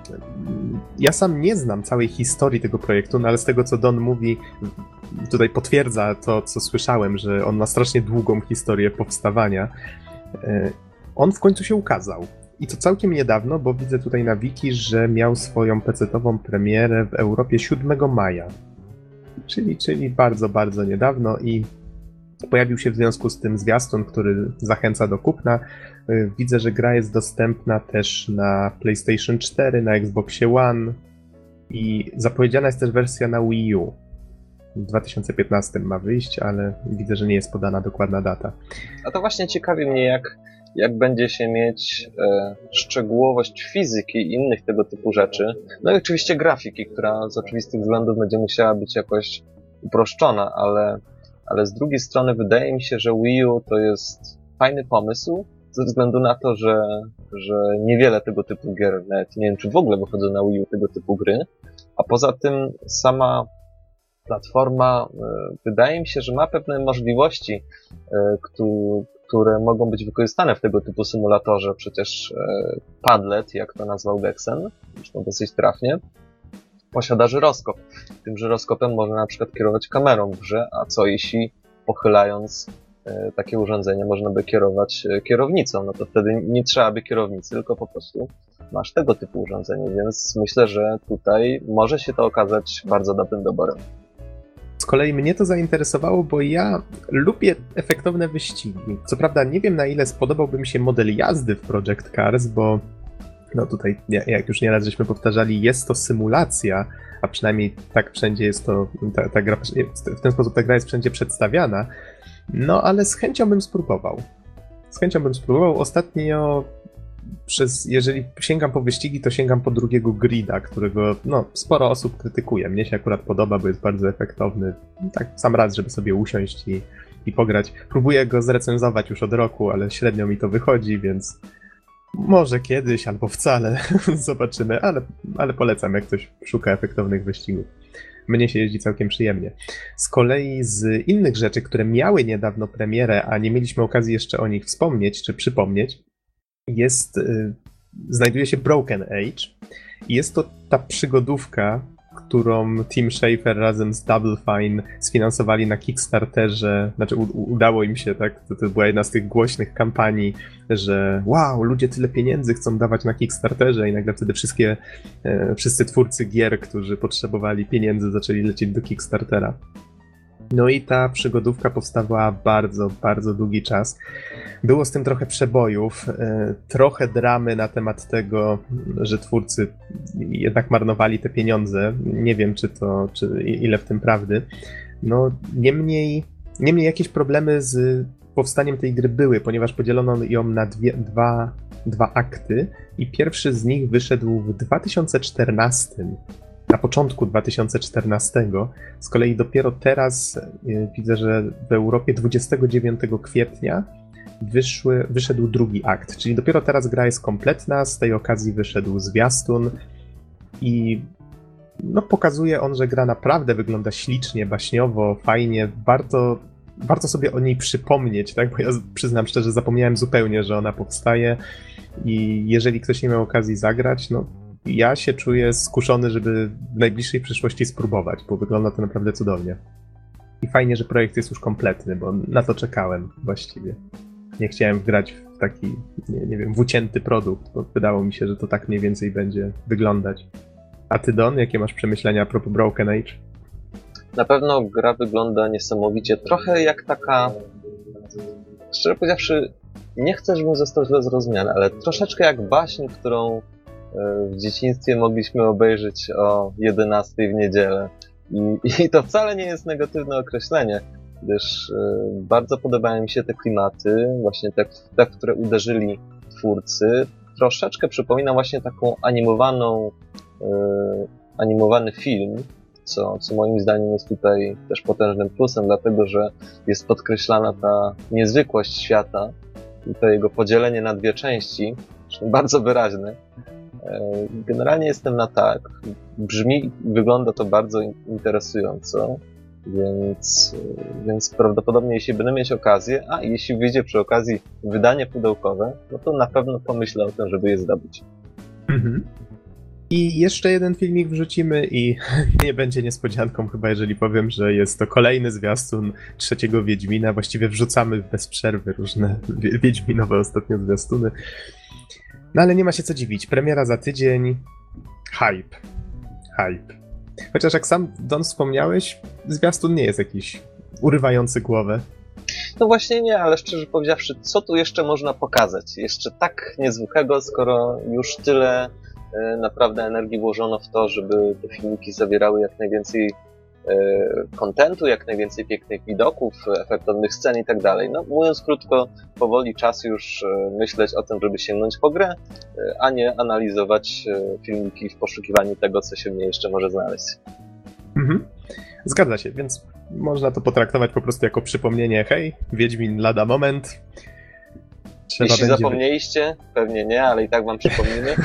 ja sam nie znam całej historii tego projektu, no ale z tego, co Don mówi, tutaj potwierdza to, co słyszałem, że on ma strasznie długą historię powstawania. On w końcu się ukazał. I to całkiem niedawno, bo widzę tutaj na wiki, że miał swoją pecetową premierę w Europie siódmego maja. Czyli, czyli bardzo, bardzo niedawno i pojawił się w związku z tym zwiastun, który zachęca do kupna. Widzę, że gra jest dostępna też na PlayStation cztery, na Xboxie One i zapowiedziana jest też wersja na Wii U. W dwa tysiące piętnastym ma wyjść, ale widzę, że nie jest podana dokładna data. A to właśnie ciekawi mnie, jak jak będzie się mieć e, szczegółowość fizyki i innych tego typu rzeczy. No i oczywiście grafiki, która z oczywistych względów będzie musiała być jakoś uproszczona, ale, ale z drugiej strony wydaje mi się, że Wii U to jest fajny pomysł, ze względu na to, że, że niewiele tego typu gier, nawet nie wiem, czy w ogóle wychodzą na Wii U tego typu gry, a poza tym sama platforma e, wydaje mi się, że ma pewne możliwości, e, które które mogą być wykorzystane w tego typu symulatorze. Przecież e, Padlet, jak to nazwał Gexen, zresztą dosyć trafnie, posiada żyroskop. Tym żyroskopem można na przykład kierować kamerą w grze, a co jeśli pochylając e, takie urządzenie można by kierować e, kierownicą, no to wtedy nie trzeba by kierownicy, tylko po prostu masz tego typu urządzenie, więc myślę, że tutaj może się to okazać bardzo dobrym doborem. Z kolei mnie to zainteresowało, bo ja lubię efektowne wyścigi. Co prawda nie wiem, na ile spodobałby mi się model jazdy w Project Cars, bo no tutaj, jak już nieraz żeśmy powtarzali, jest to symulacja, a przynajmniej tak wszędzie jest to, ta, ta gra, w ten sposób ta gra jest wszędzie przedstawiana, no ale z chęcią bym spróbował. Z chęcią bym spróbował. Ostatnio Przez, jeżeli sięgam po wyścigi, to sięgam po drugiego grida, którego no, sporo osób krytykuje. Mnie się akurat podoba, bo jest bardzo efektowny. Tak sam raz, żeby sobie usiąść i, i pograć. Próbuję go zrecenzować już od roku, ale średnio mi to wychodzi, więc może kiedyś albo wcale zobaczymy, ale, ale polecam, jak ktoś szuka efektownych wyścigów. Mnie się jeździ całkiem przyjemnie. Z kolei z innych rzeczy, które miały niedawno premierę, a nie mieliśmy okazji jeszcze o nich wspomnieć czy przypomnieć, jest, y, znajduje się Broken Age i jest to ta przygodówka, którą Tim Schafer razem z Double Fine sfinansowali na Kickstarterze, znaczy u, udało im się, tak, to, to była jedna z tych głośnych kampanii, że wow, ludzie tyle pieniędzy chcą dawać na Kickstarterze i nagle wtedy wszystkie, e, wszyscy twórcy gier, którzy potrzebowali pieniędzy, zaczęli lecieć do Kickstartera. No i ta przygodówka powstawała bardzo, bardzo długi czas. Było z tym trochę przebojów, trochę dramy na temat tego, że twórcy jednak marnowali te pieniądze. Nie wiem, czy to, czy ile w tym prawdy. No, niemniej, niemniej jakieś problemy z powstaniem tej gry były, ponieważ podzielono ją na dwie, dwa, dwa akty i pierwszy z nich wyszedł w dwa tysiące czternastym. Na początku dwa tysiące czternastego. Z kolei dopiero teraz y, widzę, że w Europie dwudziestego dziewiątego kwietnia wyszły, wyszedł drugi akt, czyli dopiero teraz gra jest kompletna, z tej okazji wyszedł zwiastun i no, pokazuje on, że gra naprawdę wygląda ślicznie, baśniowo, fajnie, warto, warto sobie o niej przypomnieć, tak? Bo ja przyznam szczerze, zapomniałem zupełnie, że ona powstaje i jeżeli ktoś nie miał okazji zagrać, no ja się czuję skuszony, żeby w najbliższej przyszłości spróbować, bo wygląda to naprawdę cudownie. I fajnie, że projekt jest już kompletny, bo na to czekałem właściwie. Nie chciałem grać w taki, nie, nie wiem, w ucięty produkt, bo wydało mi się, że to tak mniej więcej będzie wyglądać. A ty, Don, jakie masz przemyślenia a propos Broken Age? Na pewno gra wygląda niesamowicie. Trochę jak taka... Szczerze powiedziawszy, nie chcę, żebym został źle zrozumiany, ale troszeczkę jak baśń, którą w dzieciństwie mogliśmy obejrzeć o jedenastej w niedzielę. I, I to wcale nie jest negatywne określenie, gdyż bardzo podobają mi się te klimaty, właśnie te, te w które uderzyli twórcy. Troszeczkę przypomina właśnie taką animowaną, yy, animowany film, co, co moim zdaniem jest tutaj też potężnym plusem, dlatego że jest podkreślana ta niezwykłość świata i to jego podzielenie na dwie części, zresztą bardzo wyraźne. Generalnie jestem na tak. Brzmi, wygląda to bardzo interesująco, więc, więc prawdopodobnie jeśli będę mieć okazję, a jeśli wyjdzie przy okazji wydanie pudełkowe, no to na pewno pomyślę o tym, żeby je zdobyć. Mhm. I jeszcze jeden filmik wrzucimy i nie będzie niespodzianką chyba, jeżeli powiem, że jest to kolejny zwiastun trzeciego Wiedźmina. Właściwie wrzucamy bez przerwy różne wiedźminowe ostatnio zwiastuny. No ale nie ma się co dziwić. Premiera za tydzień. Hype. Hype. Chociaż jak sam, Don, wspomniałeś, zwiastun nie jest jakiś urywający głowę. No właśnie nie, ale szczerze powiedziawszy, co tu jeszcze można pokazać? Jeszcze tak niezwykłego, skoro już tyle e, naprawdę energii włożono w to, żeby te filmiki zawierały jak najwięcej kontentu, jak najwięcej pięknych widoków, efektownych scen i tak dalej. No, mówiąc krótko, powoli czas już myśleć o tym, żeby sięgnąć po grę, a nie analizować filmiki w poszukiwaniu tego, co się w niej jeszcze może znaleźć. Mhm. Zgadza się, więc można to potraktować po prostu jako przypomnienie, hej, Wiedźmin lada moment. Trzeba Jeśli będzie... zapomnieliście, pewnie nie, ale i tak wam przypomnimy.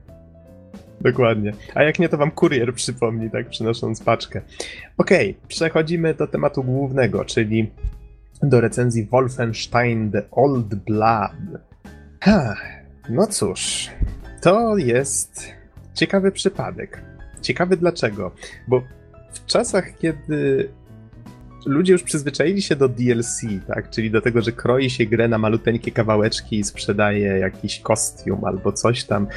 Dokładnie. A jak nie, to wam kurier przypomni, tak, przynosząc paczkę. Okej, okay, przechodzimy do tematu głównego, czyli do recenzji Wolfenstein The Old Blood. Ha, no cóż, to jest ciekawy przypadek. Ciekawy dlaczego? Bo w czasach, kiedy ludzie już przyzwyczaili się do D L C, tak, czyli do tego, że kroi się grę na maluteńkie kawałeczki i sprzedaje jakiś kostium albo coś tam,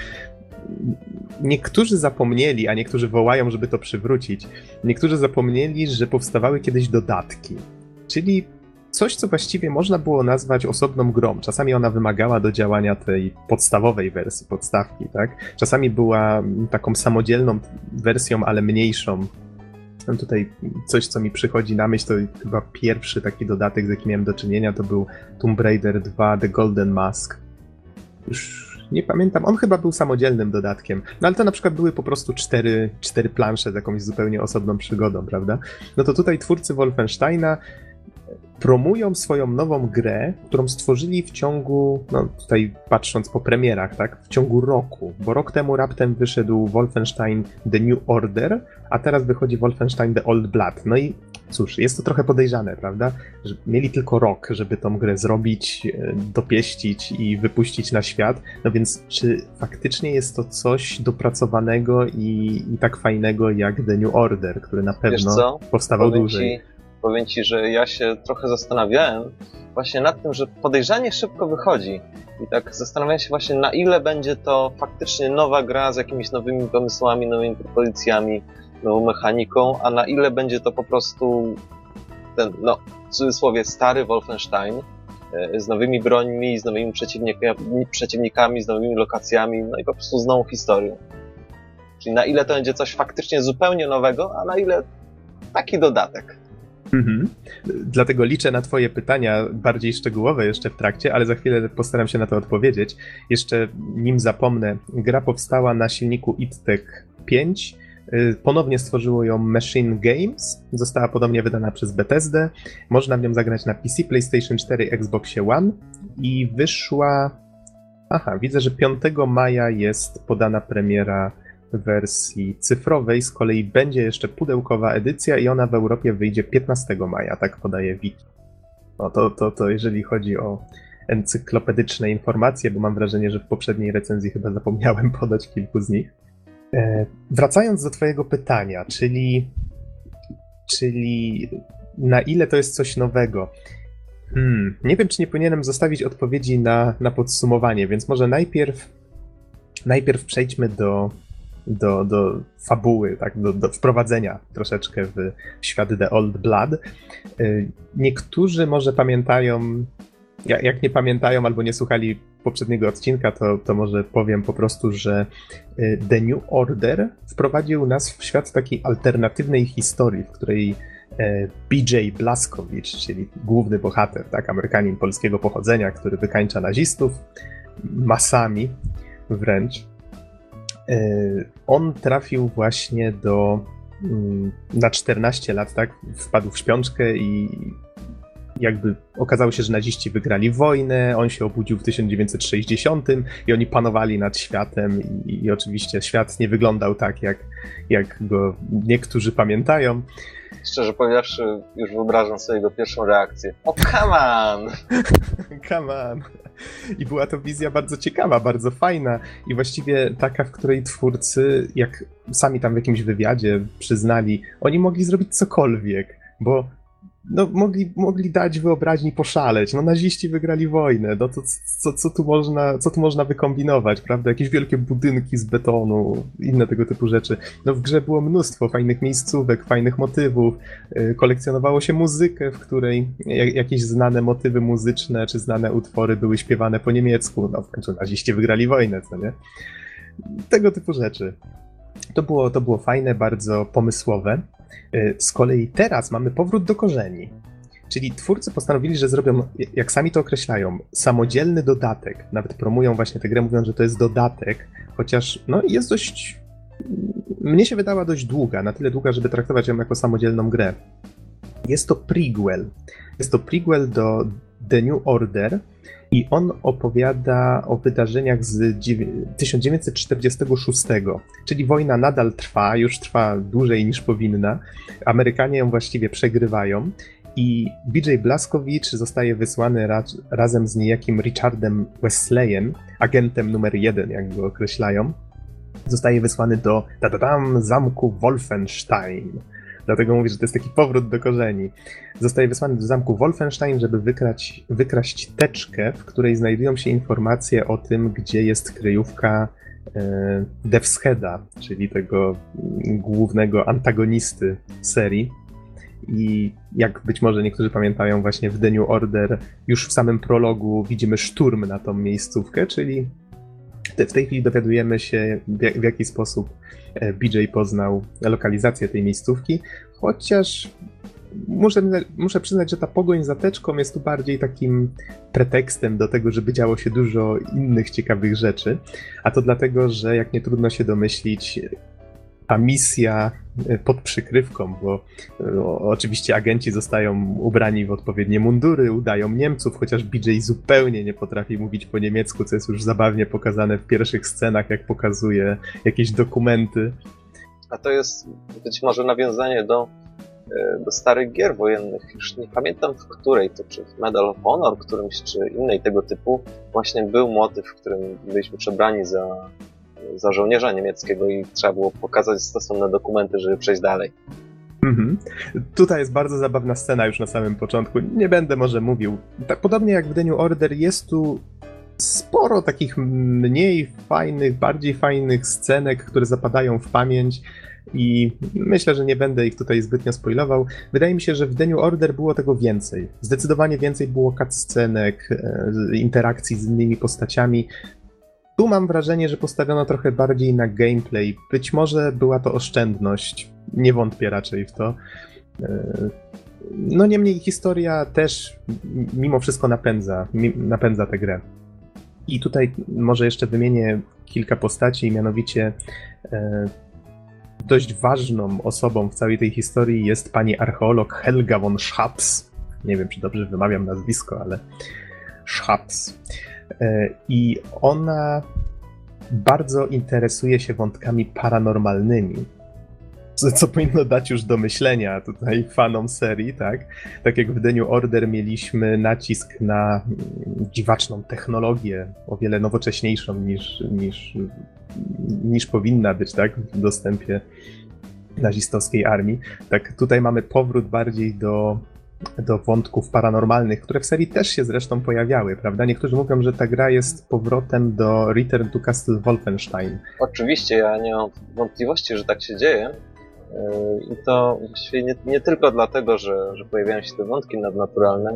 niektórzy zapomnieli, a niektórzy wołają, żeby to przywrócić, niektórzy zapomnieli, że powstawały kiedyś dodatki, czyli coś, co właściwie można było nazwać osobną grą. Czasami ona wymagała do działania tej podstawowej wersji, podstawki, tak? Czasami była taką samodzielną wersją, ale mniejszą. Tutaj coś, co mi przychodzi na myśl, to chyba pierwszy taki dodatek, z jakim miałem do czynienia, to był Tomb Raider dwa The Golden Mask. Już nie pamiętam, on chyba był samodzielnym dodatkiem, no ale to na przykład były po prostu cztery, cztery plansze z jakąś zupełnie osobną przygodą, prawda? No to tutaj twórcy Wolfensteina promują swoją nową grę, którą stworzyli w ciągu, no tutaj patrząc po premierach, tak, w ciągu roku, bo rok temu raptem wyszedł Wolfenstein The New Order, a teraz wychodzi Wolfenstein The Old Blood. No i cóż, jest to trochę podejrzane, prawda, że mieli tylko rok, żeby tą grę zrobić, dopieścić i wypuścić na świat, no więc czy faktycznie jest to coś dopracowanego i, i tak fajnego jak The New Order, który na pewno powstawał Powiem dłużej? Ci... Powiem ci, że ja się trochę zastanawiałem właśnie nad tym, że podejrzanie szybko wychodzi. I tak zastanawiałem się właśnie, na ile będzie to faktycznie nowa gra z jakimiś nowymi pomysłami, nowymi propozycjami, nową mechaniką, a na ile będzie to po prostu ten, no, w cudzysłowie, stary Wolfenstein z nowymi brońmi, z nowymi przeciwnikami, przeciwnikami, z nowymi lokacjami, no i po prostu z nową historią. Czyli na ile to będzie coś faktycznie zupełnie nowego, a na ile taki dodatek. Mhm. Dlatego liczę na twoje pytania bardziej szczegółowe jeszcze w trakcie, ale za chwilę postaram się na to odpowiedzieć. Jeszcze nim zapomnę, gra powstała na silniku id Tech pięć, Ponownie stworzyło ją Machine Games, została podobnie wydana przez Bethesdę. Można w nią zagrać na P C, PlayStation cztery, Xboxie One i wyszła... Aha, widzę, że piątego maja jest podana premiera w wersji cyfrowej, z kolei będzie jeszcze pudełkowa edycja i ona w Europie wyjdzie piętnastego maja, tak podaje Wiki. No to, to, to jeżeli chodzi o encyklopedyczne informacje, bo mam wrażenie, że w poprzedniej recenzji chyba zapomniałem podać kilku z nich. E, wracając do twojego pytania, czyli, czyli na ile to jest coś nowego? Hmm, nie wiem, czy nie powinienem zostawić odpowiedzi na, na podsumowanie, więc może najpierw, najpierw przejdźmy do, do, do fabuły, tak, do, do wprowadzenia troszeczkę w świat The Old Blood. E, niektórzy może pamiętają, jak nie pamiętają albo nie słuchali poprzedniego odcinka, to, to może powiem po prostu, że The New Order wprowadził nas w świat takiej alternatywnej historii, w której B J Blazkowicz, czyli główny bohater, tak, Amerykanin polskiego pochodzenia, który wykańcza nazistów masami wręcz, on trafił właśnie do na czternaście lat, tak, wpadł w śpiączkę i jakby okazało się, że naziści wygrali wojnę, on się obudził w tysiąc dziewięćset sześćdziesiątym i oni panowali nad światem i, i oczywiście świat nie wyglądał tak, jak, jak go niektórzy pamiętają. Szczerze powiedziawszy, już wyobrażam sobie jego pierwszą reakcję. O, come on! Come on! I była to wizja bardzo ciekawa, bardzo fajna i właściwie taka, w której twórcy, jak sami tam w jakimś wywiadzie przyznali, oni mogli zrobić cokolwiek, bo no, mogli, mogli dać wyobraźni poszaleć. No, naziści wygrali wojnę. No, to co, co, tu można, co tu można wykombinować, prawda? Jakieś wielkie budynki z betonu, inne tego typu rzeczy. No, w grze było mnóstwo fajnych miejscówek, fajnych motywów. Kolekcjonowało się muzykę, w której jakieś znane motywy muzyczne czy znane utwory były śpiewane po niemiecku. No, w końcu naziści wygrali wojnę, co nie? Tego typu rzeczy. To było, to było fajne, bardzo pomysłowe. Z kolei teraz mamy powrót do korzeni. Czyli twórcy postanowili, że zrobią, jak sami to określają, samodzielny dodatek. Nawet promują właśnie tę grę, mówiąc, że to jest dodatek, chociaż no, jest dość... Mnie się wydała dość długa, na tyle długa, żeby traktować ją jako samodzielną grę. Jest to prequel. Jest to prequel do The New Order i on opowiada o wydarzeniach z tysiąc dziewięćset czterdziestego szóstego, czyli wojna nadal trwa, już trwa dłużej niż powinna. Amerykanie ją właściwie przegrywają i B J Blazkowicz zostaje wysłany raz, razem z niejakim Richardem Wesleyem, agentem numer jeden, jak go określają. Zostaje wysłany do da-da-dam, zamku Wolfenstein. Dlatego mówię, że to jest taki powrót do korzeni. Zostaje wysłany do zamku Wolfenstein, żeby wykrać, wykraść teczkę, w której znajdują się informacje o tym, gdzie jest kryjówka e, Death's Heada, czyli tego głównego antagonisty serii. I jak być może niektórzy pamiętają, właśnie w The New Order już w samym prologu widzimy szturm na tą miejscówkę, czyli w tej chwili dowiadujemy się, w jaki sposób B J poznał lokalizację tej miejscówki, chociaż muszę, muszę przyznać, że ta pogoń za teczką jest tu bardziej takim pretekstem do tego, żeby działo się dużo innych ciekawych rzeczy, a to dlatego, że jak nie trudno się domyślić, ta misja pod przykrywką, bo no, oczywiście agenci zostają ubrani w odpowiednie mundury, udają Niemców, chociaż B J zupełnie nie potrafi mówić po niemiecku, co jest już zabawnie pokazane w pierwszych scenach, jak pokazuje jakieś dokumenty. A to jest być może nawiązanie do, do starych gier wojennych. Już nie pamiętam w której, to czy w Medal of Honor, którymś, czy innej tego typu, właśnie był motyw, w którym byliśmy przebrani za za żołnierza niemieckiego i trzeba było pokazać stosowne dokumenty, żeby przejść dalej. Mhm. Tutaj jest bardzo zabawna scena już na samym początku. Nie będę może mówił. Tak podobnie jak w The New Order jest tu sporo takich mniej fajnych, bardziej fajnych scenek, które zapadają w pamięć i myślę, że nie będę ich tutaj zbytnio spoilował. Wydaje mi się, że w The New Order było tego więcej. Zdecydowanie więcej było cutscenek, interakcji z innymi postaciami. Tu mam wrażenie, że postawiono trochę bardziej na gameplay. Być może była to oszczędność. Nie wątpię raczej w to. No niemniej historia też mimo wszystko napędza, napędza tę grę. I tutaj może jeszcze wymienię kilka postaci, mianowicie dość ważną osobą w całej tej historii jest pani archeolog Helga von Schaps. Nie wiem, czy dobrze wymawiam nazwisko, ale Schaps. I ona bardzo interesuje się wątkami paranormalnymi, co, co powinno dać już do myślenia tutaj fanom serii, tak? Tak jak w The New Order mieliśmy nacisk na dziwaczną technologię, o wiele nowocześniejszą niż, niż, niż powinna być, tak? W dostępie nazistowskiej armii. Tak tutaj mamy powrót bardziej do do wątków paranormalnych, które w serii też się zresztą pojawiały, prawda? Niektórzy mówią, że ta gra jest powrotem do Return to Castle Wolfenstein. Oczywiście, ja nie mam wątpliwości, że tak się dzieje. I to właściwie nie, nie tylko dlatego, że, że pojawiają się te wątki nadnaturalne,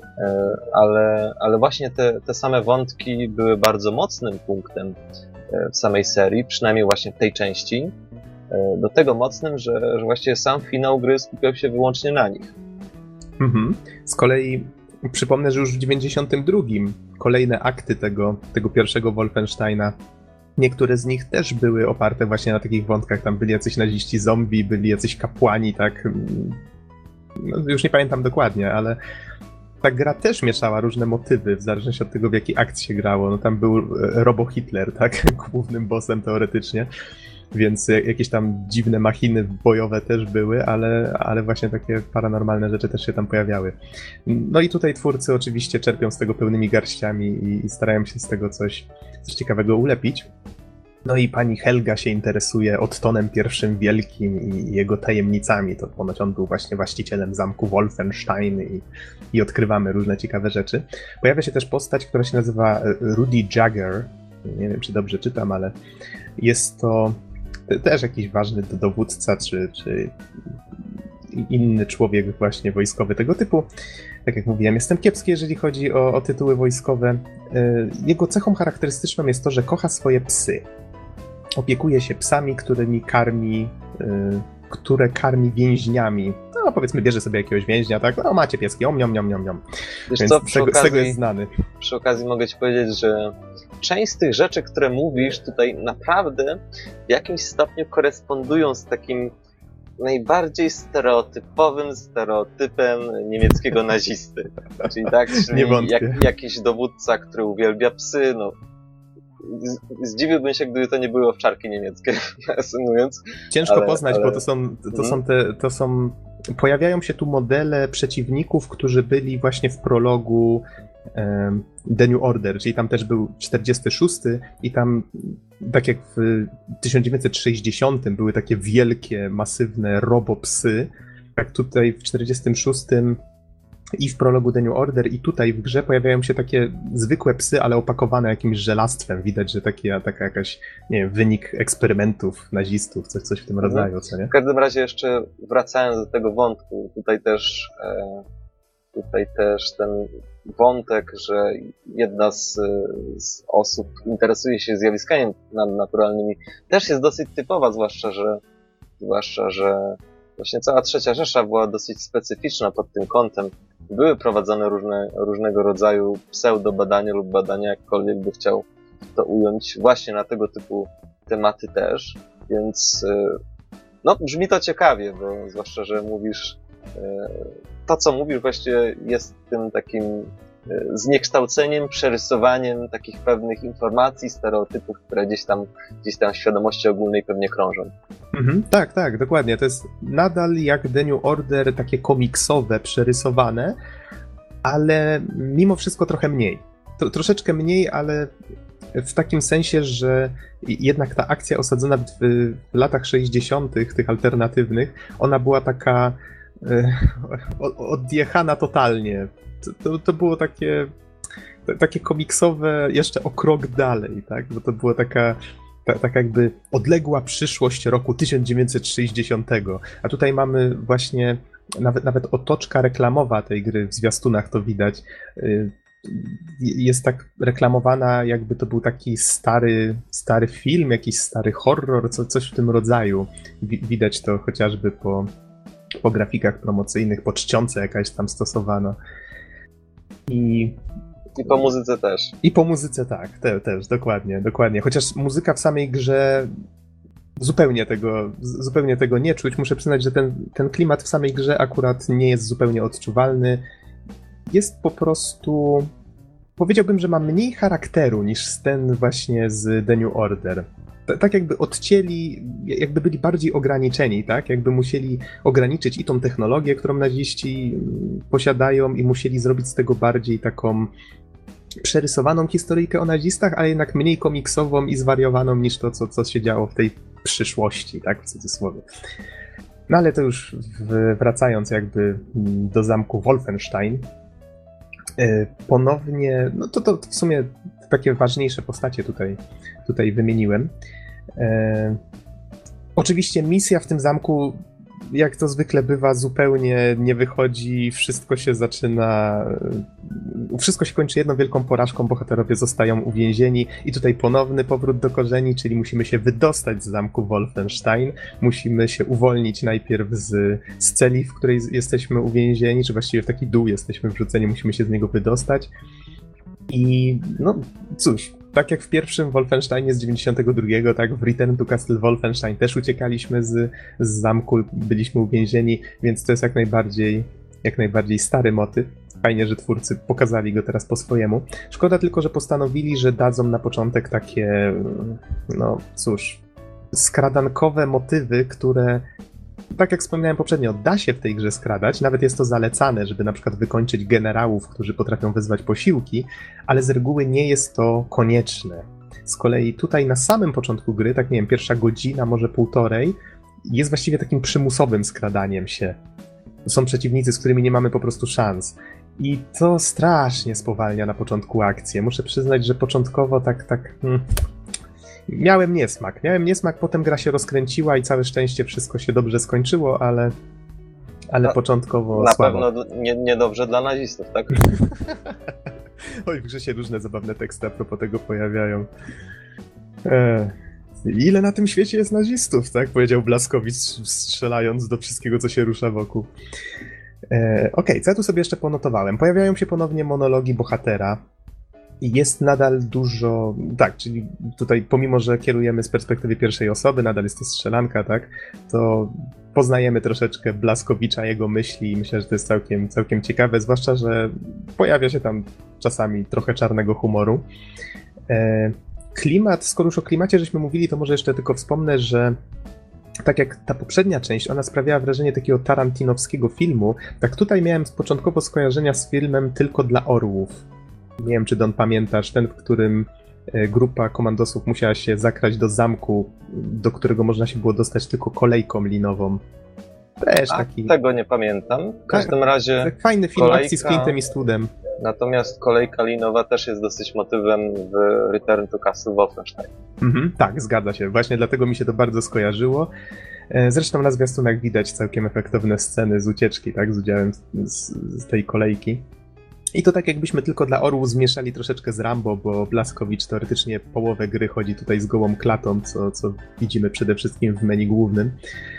ale, ale właśnie te, te same wątki były bardzo mocnym punktem w samej serii, przynajmniej właśnie w tej części. Do tego mocnym, że, że właściwie sam finał gry skupiał się wyłącznie na nich. Mhm. Z kolei przypomnę, że już w dziewięćdziesiątym drugim kolejne akty tego, tego pierwszego Wolfensteina, niektóre z nich też były oparte właśnie na takich wątkach. Tam byli jacyś naziści zombie, byli jacyś kapłani, tak. No, już nie pamiętam dokładnie, ale ta gra też mieszała różne motywy, w zależności od tego, w jaki akt się grało. No tam był Robo Hitler, tak, głównym bossem teoretycznie. Więc jakieś tam dziwne machiny bojowe też były, ale, ale właśnie takie paranormalne rzeczy też się tam pojawiały. No i tutaj twórcy oczywiście czerpią z tego pełnymi garściami i, i starają się z tego coś, coś ciekawego ulepić. No i pani Helga się interesuje Ottonem pierwszym Wielkim i jego tajemnicami. To ponoć on był właśnie właścicielem zamku Wolfenstein i, i odkrywamy różne ciekawe rzeczy. Pojawia się też postać, która się nazywa Rudy Jagger. Nie wiem, czy dobrze czytam, ale jest to też jakiś ważny dowódca, czy, czy inny człowiek właśnie wojskowy tego typu. Tak jak mówiłem, jestem kiepski, jeżeli chodzi o, o tytuły wojskowe. Jego cechą charakterystyczną jest to, że kocha swoje psy. Opiekuje się psami, którymi karmi, które karmi więźniami. No powiedzmy, bierze sobie jakiegoś więźnia, tak? No macie pieski, om, niom, niom, niom, niom. Wiesz Więc co, z przy tego, okazji, z tego jest znany. Przy okazji mogę ci powiedzieć, że część z tych rzeczy, które mówisz tutaj naprawdę w jakimś stopniu korespondują z takim najbardziej stereotypowym stereotypem niemieckiego nazisty. Czyli tak, czyli jak, jakiś dowódca, który uwielbia psy, no zdziwiłbym się, gdyby to nie były owczarki niemieckie, asumując. Ciężko ale, poznać, ale... bo to są, to mhm. są te, to są... Pojawiają się tu modele przeciwników, którzy byli właśnie w prologu um, The New Order, czyli tam też był czterdziesty szósty i tam, tak jak w tysiąc dziewięćset sześćdziesiątym były takie wielkie, masywne robopsy, tak tutaj w czterdziestym szóstym i w prologu The New Order i tutaj w grze pojawiają się takie zwykłe psy, ale opakowane jakimś żelastwem. Widać, że takie, taka jakaś, nie wiem, wynik eksperymentów nazistów, coś, coś w tym mhm. rodzaju, co nie? W każdym razie jeszcze wracając do tego wątku, tutaj też e, tutaj też ten wątek, że jedna z, z osób interesuje się zjawiskami nadnaturalnymi, też jest dosyć typowa, zwłaszcza, że zwłaszcza, że właśnie cała Trzecia Rzesza była dosyć specyficzna pod tym kątem. Były prowadzone różne, różnego rodzaju pseudo-badania lub badania, jakkolwiek by chciał to ująć, właśnie na tego typu tematy też, więc no brzmi to ciekawie, bo zwłaszcza, że mówisz, to co mówisz właściwie jest tym takim zniekształceniem, przerysowaniem takich pewnych informacji, stereotypów, które gdzieś tam, gdzieś tam w świadomości ogólnej pewnie krążą. Mhm, tak, tak, dokładnie. To jest nadal jak The New Order, takie komiksowe, przerysowane, ale mimo wszystko trochę mniej. To, troszeczkę mniej, ale w takim sensie, że jednak ta akcja osadzona w, w latach sześćdziesiątych, tych alternatywnych, ona była taka e, odjechana totalnie. To, to, to było takie, takie komiksowe jeszcze o krok dalej, tak? Bo to była taka, ta, taka jakby odległa przyszłość roku tysiąc dziewięćset sześćdziesiątego. A tutaj mamy właśnie nawet, nawet otoczka reklamowa tej gry, w zwiastunach to widać, jest tak reklamowana, jakby to był taki stary, stary film, jakiś stary horror, co, coś w tym rodzaju. Widać to chociażby po, po grafikach promocyjnych, po czcionce jakaś tam stosowano. I, I po muzyce też. I po muzyce tak, te, też, dokładnie, dokładnie. Chociaż muzyka w samej grze zupełnie tego, zupełnie tego nie czuć. Muszę przyznać, że ten, ten klimat w samej grze akurat nie jest zupełnie odczuwalny. Jest po prostu... Powiedziałbym, że ma mniej charakteru niż ten właśnie z The New Order. Tak jakby odcięli, jakby byli bardziej ograniczeni, tak? Jakby musieli ograniczyć i tą technologię, którą naziści posiadają, i musieli zrobić z tego bardziej taką przerysowaną historyjkę o nazistach, ale jednak mniej komiksową i zwariowaną niż to, co, co się działo w tej przyszłości, tak? W cudzysłowie. No ale to już wracając jakby do zamku Wolfenstein, ponownie, no to, to w sumie takie ważniejsze postacie tutaj, tutaj wymieniłem. E, oczywiście misja w tym zamku, jak to zwykle bywa, zupełnie nie wychodzi, wszystko się zaczyna, wszystko się kończy jedną wielką porażką, bohaterowie zostają uwięzieni i tutaj ponowny powrót do korzeni, czyli musimy się wydostać z zamku Wolfenstein, musimy się uwolnić najpierw z, z celi, w której jesteśmy uwięzieni, czy właściwie w taki dół jesteśmy wrzuceni, musimy się z niego wydostać. I no cóż, tak jak w pierwszym Wolfensteinie z dziewięćdziesiątego drugiego, tak w Return to Castle Wolfenstein też uciekaliśmy z, z zamku, byliśmy uwięzieni, więc to jest jak najbardziej, jak najbardziej stary motyw. Fajnie, że twórcy pokazali go teraz po swojemu. Szkoda tylko, że postanowili, że dadzą na początek takie, no cóż, skradankowe motywy, które, tak jak wspominałem poprzednio, da się w tej grze skradać, nawet jest to zalecane, żeby na przykład wykończyć generałów, którzy potrafią wezwać posiłki, ale z reguły nie jest to konieczne. Z kolei tutaj na samym początku gry, tak nie wiem, pierwsza godzina, może półtorej, jest właściwie takim przymusowym skradaniem się. Są przeciwnicy, z którymi nie mamy po prostu szans. I to strasznie spowalnia na początku akcję. Muszę przyznać, że początkowo tak, tak... Hmm, miałem niesmak. Miałem niesmak, potem gra się rozkręciła i całe szczęście wszystko się dobrze skończyło, ale... Ale na, początkowo Na słabo. pewno nie, niedobrze dla nazistów, tak? Oj, w grze się różne zabawne teksty a propos tego pojawiają. Eee, ile na tym świecie jest nazistów, tak? Powiedział Błaskowicz, strzelając do wszystkiego, co się rusza wokół. Eee, Okej, okay, co ja tu sobie jeszcze ponotowałem? Pojawiają się ponownie monologi bohatera. I jest nadal dużo... Tak, czyli tutaj pomimo, że kierujemy z perspektywy pierwszej osoby, nadal jest to strzelanka, tak? To poznajemy troszeczkę Błaskowicza, jego myśli i myślę, że to jest całkiem, całkiem ciekawe, zwłaszcza, że pojawia się tam czasami trochę czarnego humoru. E, klimat, skoro już o klimacie żeśmy mówili, to może jeszcze tylko wspomnę, że tak jak ta poprzednia część, ona sprawiała wrażenie takiego tarantinowskiego filmu, tak tutaj miałem początkowo skojarzenia z filmem Tylko dla orłów. Nie wiem, czy Don pamiętasz, ten, w którym grupa komandosów musiała się zakraść do zamku, do którego można się było dostać tylko kolejką linową. Też A, taki... tego nie pamiętam. W każdym razie... Tak, fajny film kolejka... akcji z Clintem Eastwoodem. Natomiast kolejka linowa też jest dosyć motywem w Return to Castle Wolfenstein. Mhm, tak, zgadza się. Właśnie dlatego mi się to bardzo skojarzyło. Zresztą na zwiastunach widać całkiem efektowne sceny z ucieczki, tak, z udziałem z, z tej kolejki. I to tak jakbyśmy tylko dla orłów zmieszali troszeczkę z Rambo, bo Błaskowicz teoretycznie połowę gry chodzi tutaj z gołą klatą, co, co widzimy przede wszystkim w menu głównym.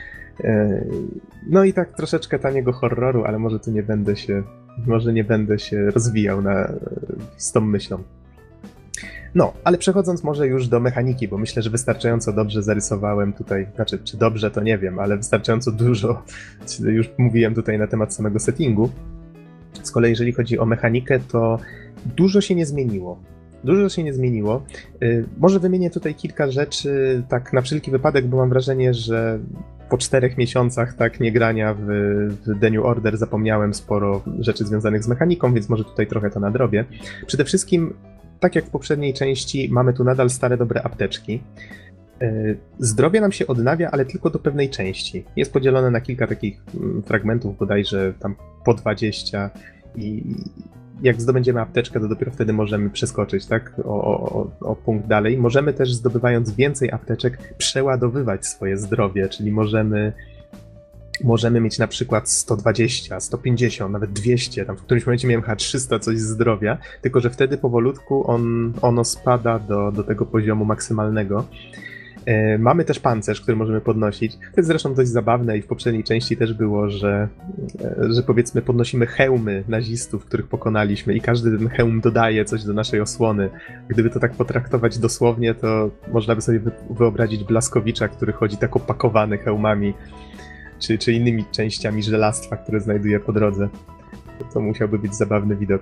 No i tak troszeczkę taniego horroru, ale może tu nie będę się, może nie będę się rozwijał na, z tą myślą. No, ale przechodząc może już do mechaniki, bo myślę, że wystarczająco dobrze zarysowałem tutaj, znaczy czy dobrze to nie wiem, ale wystarczająco dużo już mówiłem tutaj na temat samego settingu. Z kolei jeżeli chodzi o mechanikę, to dużo się nie zmieniło. Dużo się nie zmieniło. Yy, może wymienię tutaj kilka rzeczy, tak na wszelki wypadek, bo mam wrażenie, że po czterech miesiącach tak niegrania w, w The New Order zapomniałem sporo rzeczy związanych z mechaniką, więc może tutaj trochę to nadrobię. Przede wszystkim, tak jak w poprzedniej części, mamy tu nadal stare, dobre apteczki. Yy, zdrowie nam się odnawia, ale tylko do pewnej części. Jest podzielone na kilka takich mm, fragmentów, bodajże tam po dwadzieścia i jak zdobędziemy apteczkę, to dopiero wtedy możemy przeskoczyć, tak, o, o, o punkt dalej. Możemy też, zdobywając więcej apteczek, przeładowywać swoje zdrowie, czyli możemy możemy mieć na przykład sto dwadzieścia, sto pięćdziesiąt, nawet dwieście, tam w którymś momencie miałem chyba trzysta coś zdrowia, tylko że wtedy powolutku on, ono spada do, do tego poziomu maksymalnego. Mamy też pancerz, który możemy podnosić. To jest zresztą dość zabawne i w poprzedniej części też było, że, że powiedzmy podnosimy hełmy nazistów, których pokonaliśmy i każdy ten hełm dodaje coś do naszej osłony. Gdyby to tak potraktować dosłownie, to można by sobie wyobrazić Blaskowicza, który chodzi tak opakowany hełmami czy, czy innymi częściami żelastwa, które znajduje po drodze. To musiałby być zabawny widok.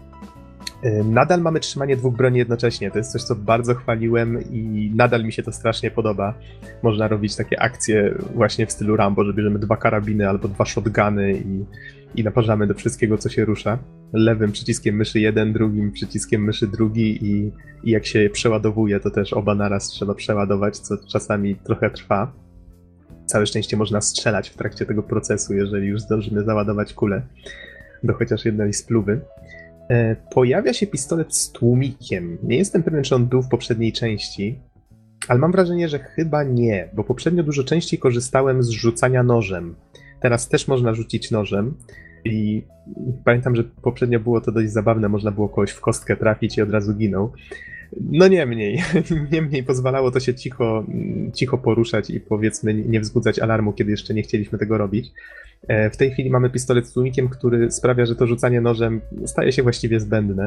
Nadal mamy trzymanie dwóch broni jednocześnie. To jest coś, co bardzo chwaliłem i nadal mi się to strasznie podoba. Można robić takie akcje właśnie w stylu Rambo, że bierzemy dwa karabiny albo dwa shotguny i, i naparzamy do wszystkiego, co się rusza. Lewym przyciskiem myszy jeden, drugim przyciskiem myszy drugi i, i jak się je przeładowuje, to też oba naraz trzeba przeładować, co czasami trochę trwa. Całe szczęście można strzelać w trakcie tego procesu, jeżeli już zdążymy załadować kulę do chociaż jednej spluwy. Pojawia się pistolet z tłumikiem. Nie jestem pewien, czy on był w poprzedniej części, ale mam wrażenie, że chyba nie, bo poprzednio dużo częściej korzystałem z rzucania nożem. Teraz też można rzucić nożem i pamiętam, że poprzednio było to dość zabawne, można było kogoś w kostkę trafić i od razu ginął. No niemniej, niemniej pozwalało to się cicho, cicho poruszać i powiedzmy nie wzbudzać alarmu, kiedy jeszcze nie chcieliśmy tego robić. W tej chwili mamy pistolet z tłumikiem, który sprawia, że to rzucanie nożem staje się właściwie zbędne.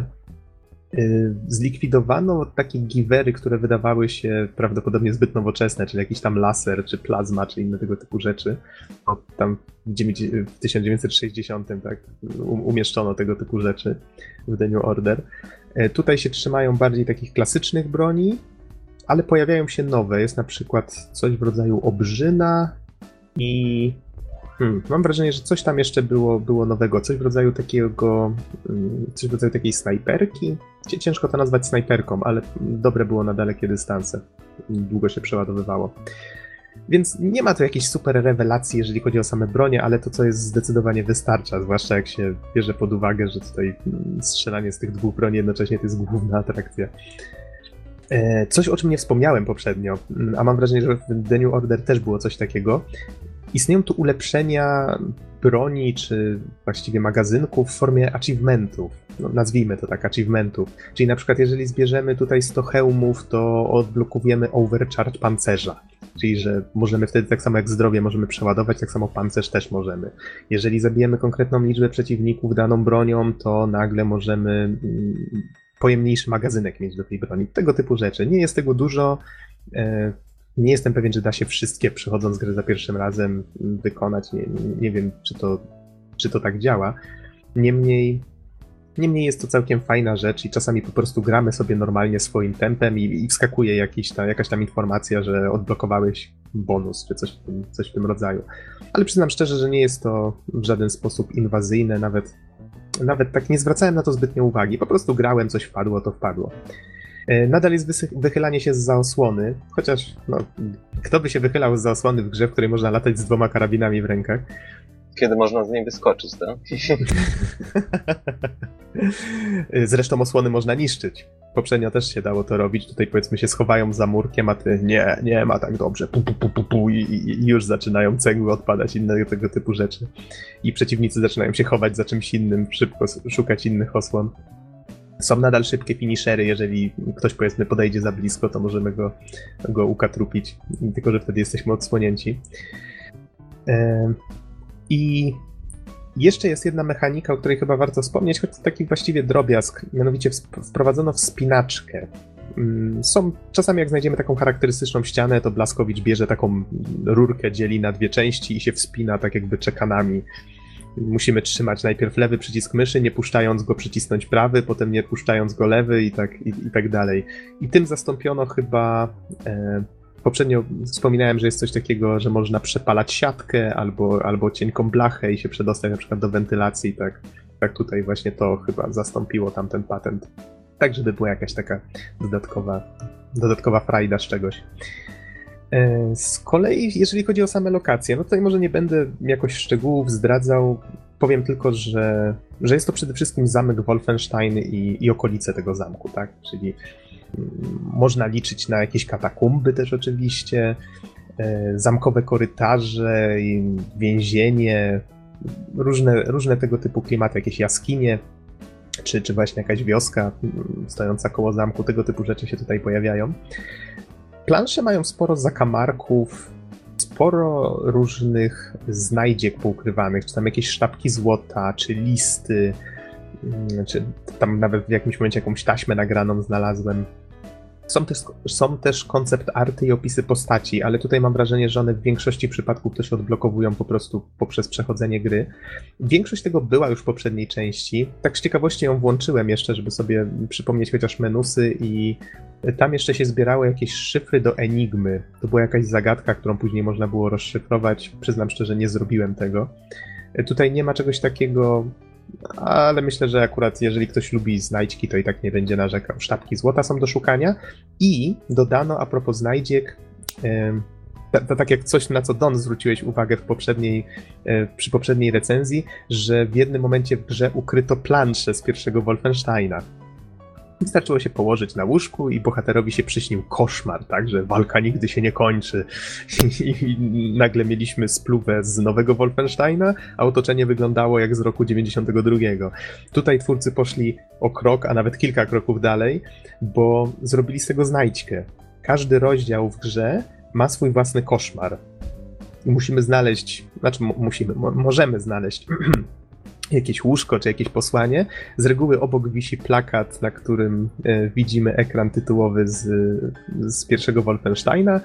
Zlikwidowano takie giwery, które wydawały się prawdopodobnie zbyt nowoczesne, czyli jakiś tam laser, czy plazma, czy inne tego typu rzeczy. No, tam w tysiąc dziewięćset sześćdziesiątym tak, umieszczono tego typu rzeczy w The New Order. Tutaj się trzymają bardziej takich klasycznych broni, ale pojawiają się nowe. Jest na przykład coś w rodzaju obrzyna i... Hmm, mam wrażenie, że coś tam jeszcze było, było nowego, coś w rodzaju takiego, coś w rodzaju takiej snajperki. Ciężko to nazwać snajperką, ale dobre było na dalekie dystanse. Długo się przeładowywało. Więc nie ma tu jakiejś super rewelacji, jeżeli chodzi o same bronie, ale to, co jest, zdecydowanie wystarcza, zwłaszcza jak się bierze pod uwagę, że tutaj strzelanie z tych dwóch broni jednocześnie to jest główna atrakcja. Coś, o czym nie wspomniałem poprzednio, a mam wrażenie, że w The New Order też było coś takiego. Istnieją tu ulepszenia broni, czy właściwie magazynków w formie achievementów. No, nazwijmy to tak, achievementów. Czyli na przykład jeżeli zbierzemy tutaj sto hełmów, to odblokujemy overcharge pancerza. Czyli że możemy wtedy tak samo jak zdrowie możemy przeładować, tak samo pancerz też możemy. Jeżeli zabijemy konkretną liczbę przeciwników daną bronią, to nagle możemy pojemniejszy magazynek mieć do tej broni. Tego typu rzeczy. Nie jest tego dużo. Nie jestem pewien, czy da się wszystkie, przychodząc grę za pierwszym razem, wykonać. Nie, nie wiem, czy to, czy to tak działa. Niemniej, niemniej jest to całkiem fajna rzecz i czasami po prostu gramy sobie normalnie swoim tempem i, i wskakuje jakiś ta, jakaś tam informacja, że odblokowałeś bonus, czy coś w, tym, coś w tym rodzaju. Ale przyznam szczerze, że nie jest to w żaden sposób inwazyjne, nawet, nawet tak nie zwracałem na to zbytnio uwagi. Po prostu grałem, coś wpadło, to wpadło. Nadal jest wychylanie się zza osłony, chociaż no, kto by się wychylał zza osłony w grze, w której można latać z dwoma karabinami w rękach? Kiedy można z niej wyskoczyć, tak? Zresztą osłony można niszczyć. Poprzednio też się dało to robić. Tutaj powiedzmy się schowają za murkiem, a ty nie, nie ma tak dobrze, pu, pu, pu, pu, pu, i, i już zaczynają cegły odpadać, inne tego typu rzeczy. I przeciwnicy zaczynają się chować za czymś innym, szybko szukać innych osłon. Są nadal szybkie finishery, jeżeli ktoś powiedzmy podejdzie za blisko, to możemy go, go ukatrupić, tylko że wtedy jesteśmy odsłonięci. I jeszcze jest jedna mechanika, o której chyba warto wspomnieć, choć to taki właściwie drobiazg, mianowicie wprowadzono wspinaczkę. Są czasami, jak znajdziemy taką charakterystyczną ścianę, to Blaskowicz bierze taką rurkę, dzieli na dwie części i się wspina tak jakby czekanami. Musimy trzymać najpierw lewy przycisk myszy, nie puszczając go przycisnąć prawy, potem nie puszczając go lewy i tak, i, i tak dalej. I tym zastąpiono chyba... E, poprzednio wspominałem, że jest coś takiego, że można przepalać siatkę albo, albo cienką blachę i się przedostać na przykład do wentylacji. Tak, tak tutaj właśnie to chyba zastąpiło tamten patent. Tak, żeby była jakaś taka dodatkowa, dodatkowa frajda z czegoś. Z kolei, jeżeli chodzi o same lokacje, no tutaj może nie będę jakoś szczegółów zdradzał, powiem tylko, że, że jest to przede wszystkim zamek Wolfenstein i, i okolice tego zamku, tak? Czyli mm, można liczyć na jakieś katakumby też oczywiście, e, zamkowe korytarze, więzienie, różne, różne tego typu klimaty, jakieś jaskinie, czy, czy właśnie jakaś wioska stojąca koło zamku, tego typu rzeczy się tutaj pojawiają. Plansze mają sporo zakamarków, sporo różnych znajdziek poukrywanych, czy tam jakieś sztabki złota, czy listy, czy tam nawet w jakimś momencie jakąś taśmę nagraną znalazłem. Są też, są też koncept arty i opisy postaci, ale tutaj mam wrażenie, że one w większości przypadków to się odblokowują po prostu poprzez przechodzenie gry. Większość tego była już w poprzedniej części. Tak z ciekawości ją włączyłem jeszcze, żeby sobie przypomnieć chociaż menusy i tam jeszcze się zbierały jakieś szyfry do Enigmy. To była jakaś zagadka, którą później można było rozszyfrować. Przyznam szczerze, nie zrobiłem tego. Tutaj nie ma czegoś takiego, ale myślę, że akurat jeżeli ktoś lubi znajdźki, to i tak nie będzie narzekał. Sztabki złota są do szukania i dodano a propos znajdziek, to, to tak jak coś, na co Don zwróciłeś uwagę w poprzedniej, przy poprzedniej recenzji, że w jednym momencie w grze ukryto planszę z pierwszego Wolfensteina. Wystarczyło się położyć na łóżku i bohaterowi się przyśnił koszmar, tak, że walka nigdy się nie kończy. I, i nagle mieliśmy spluwę z nowego Wolfensteina, a otoczenie wyglądało jak z roku dziewięćdziesiątego drugiego. Tutaj twórcy poszli o krok, a nawet kilka kroków dalej, bo zrobili z tego znajdźkę. Każdy rozdział w grze ma swój własny koszmar. I musimy znaleźć, znaczy musimy, mo- możemy znaleźć jakieś łóżko czy jakieś posłanie. Z reguły obok wisi plakat, na którym e, widzimy ekran tytułowy z, z pierwszego Wolfensteina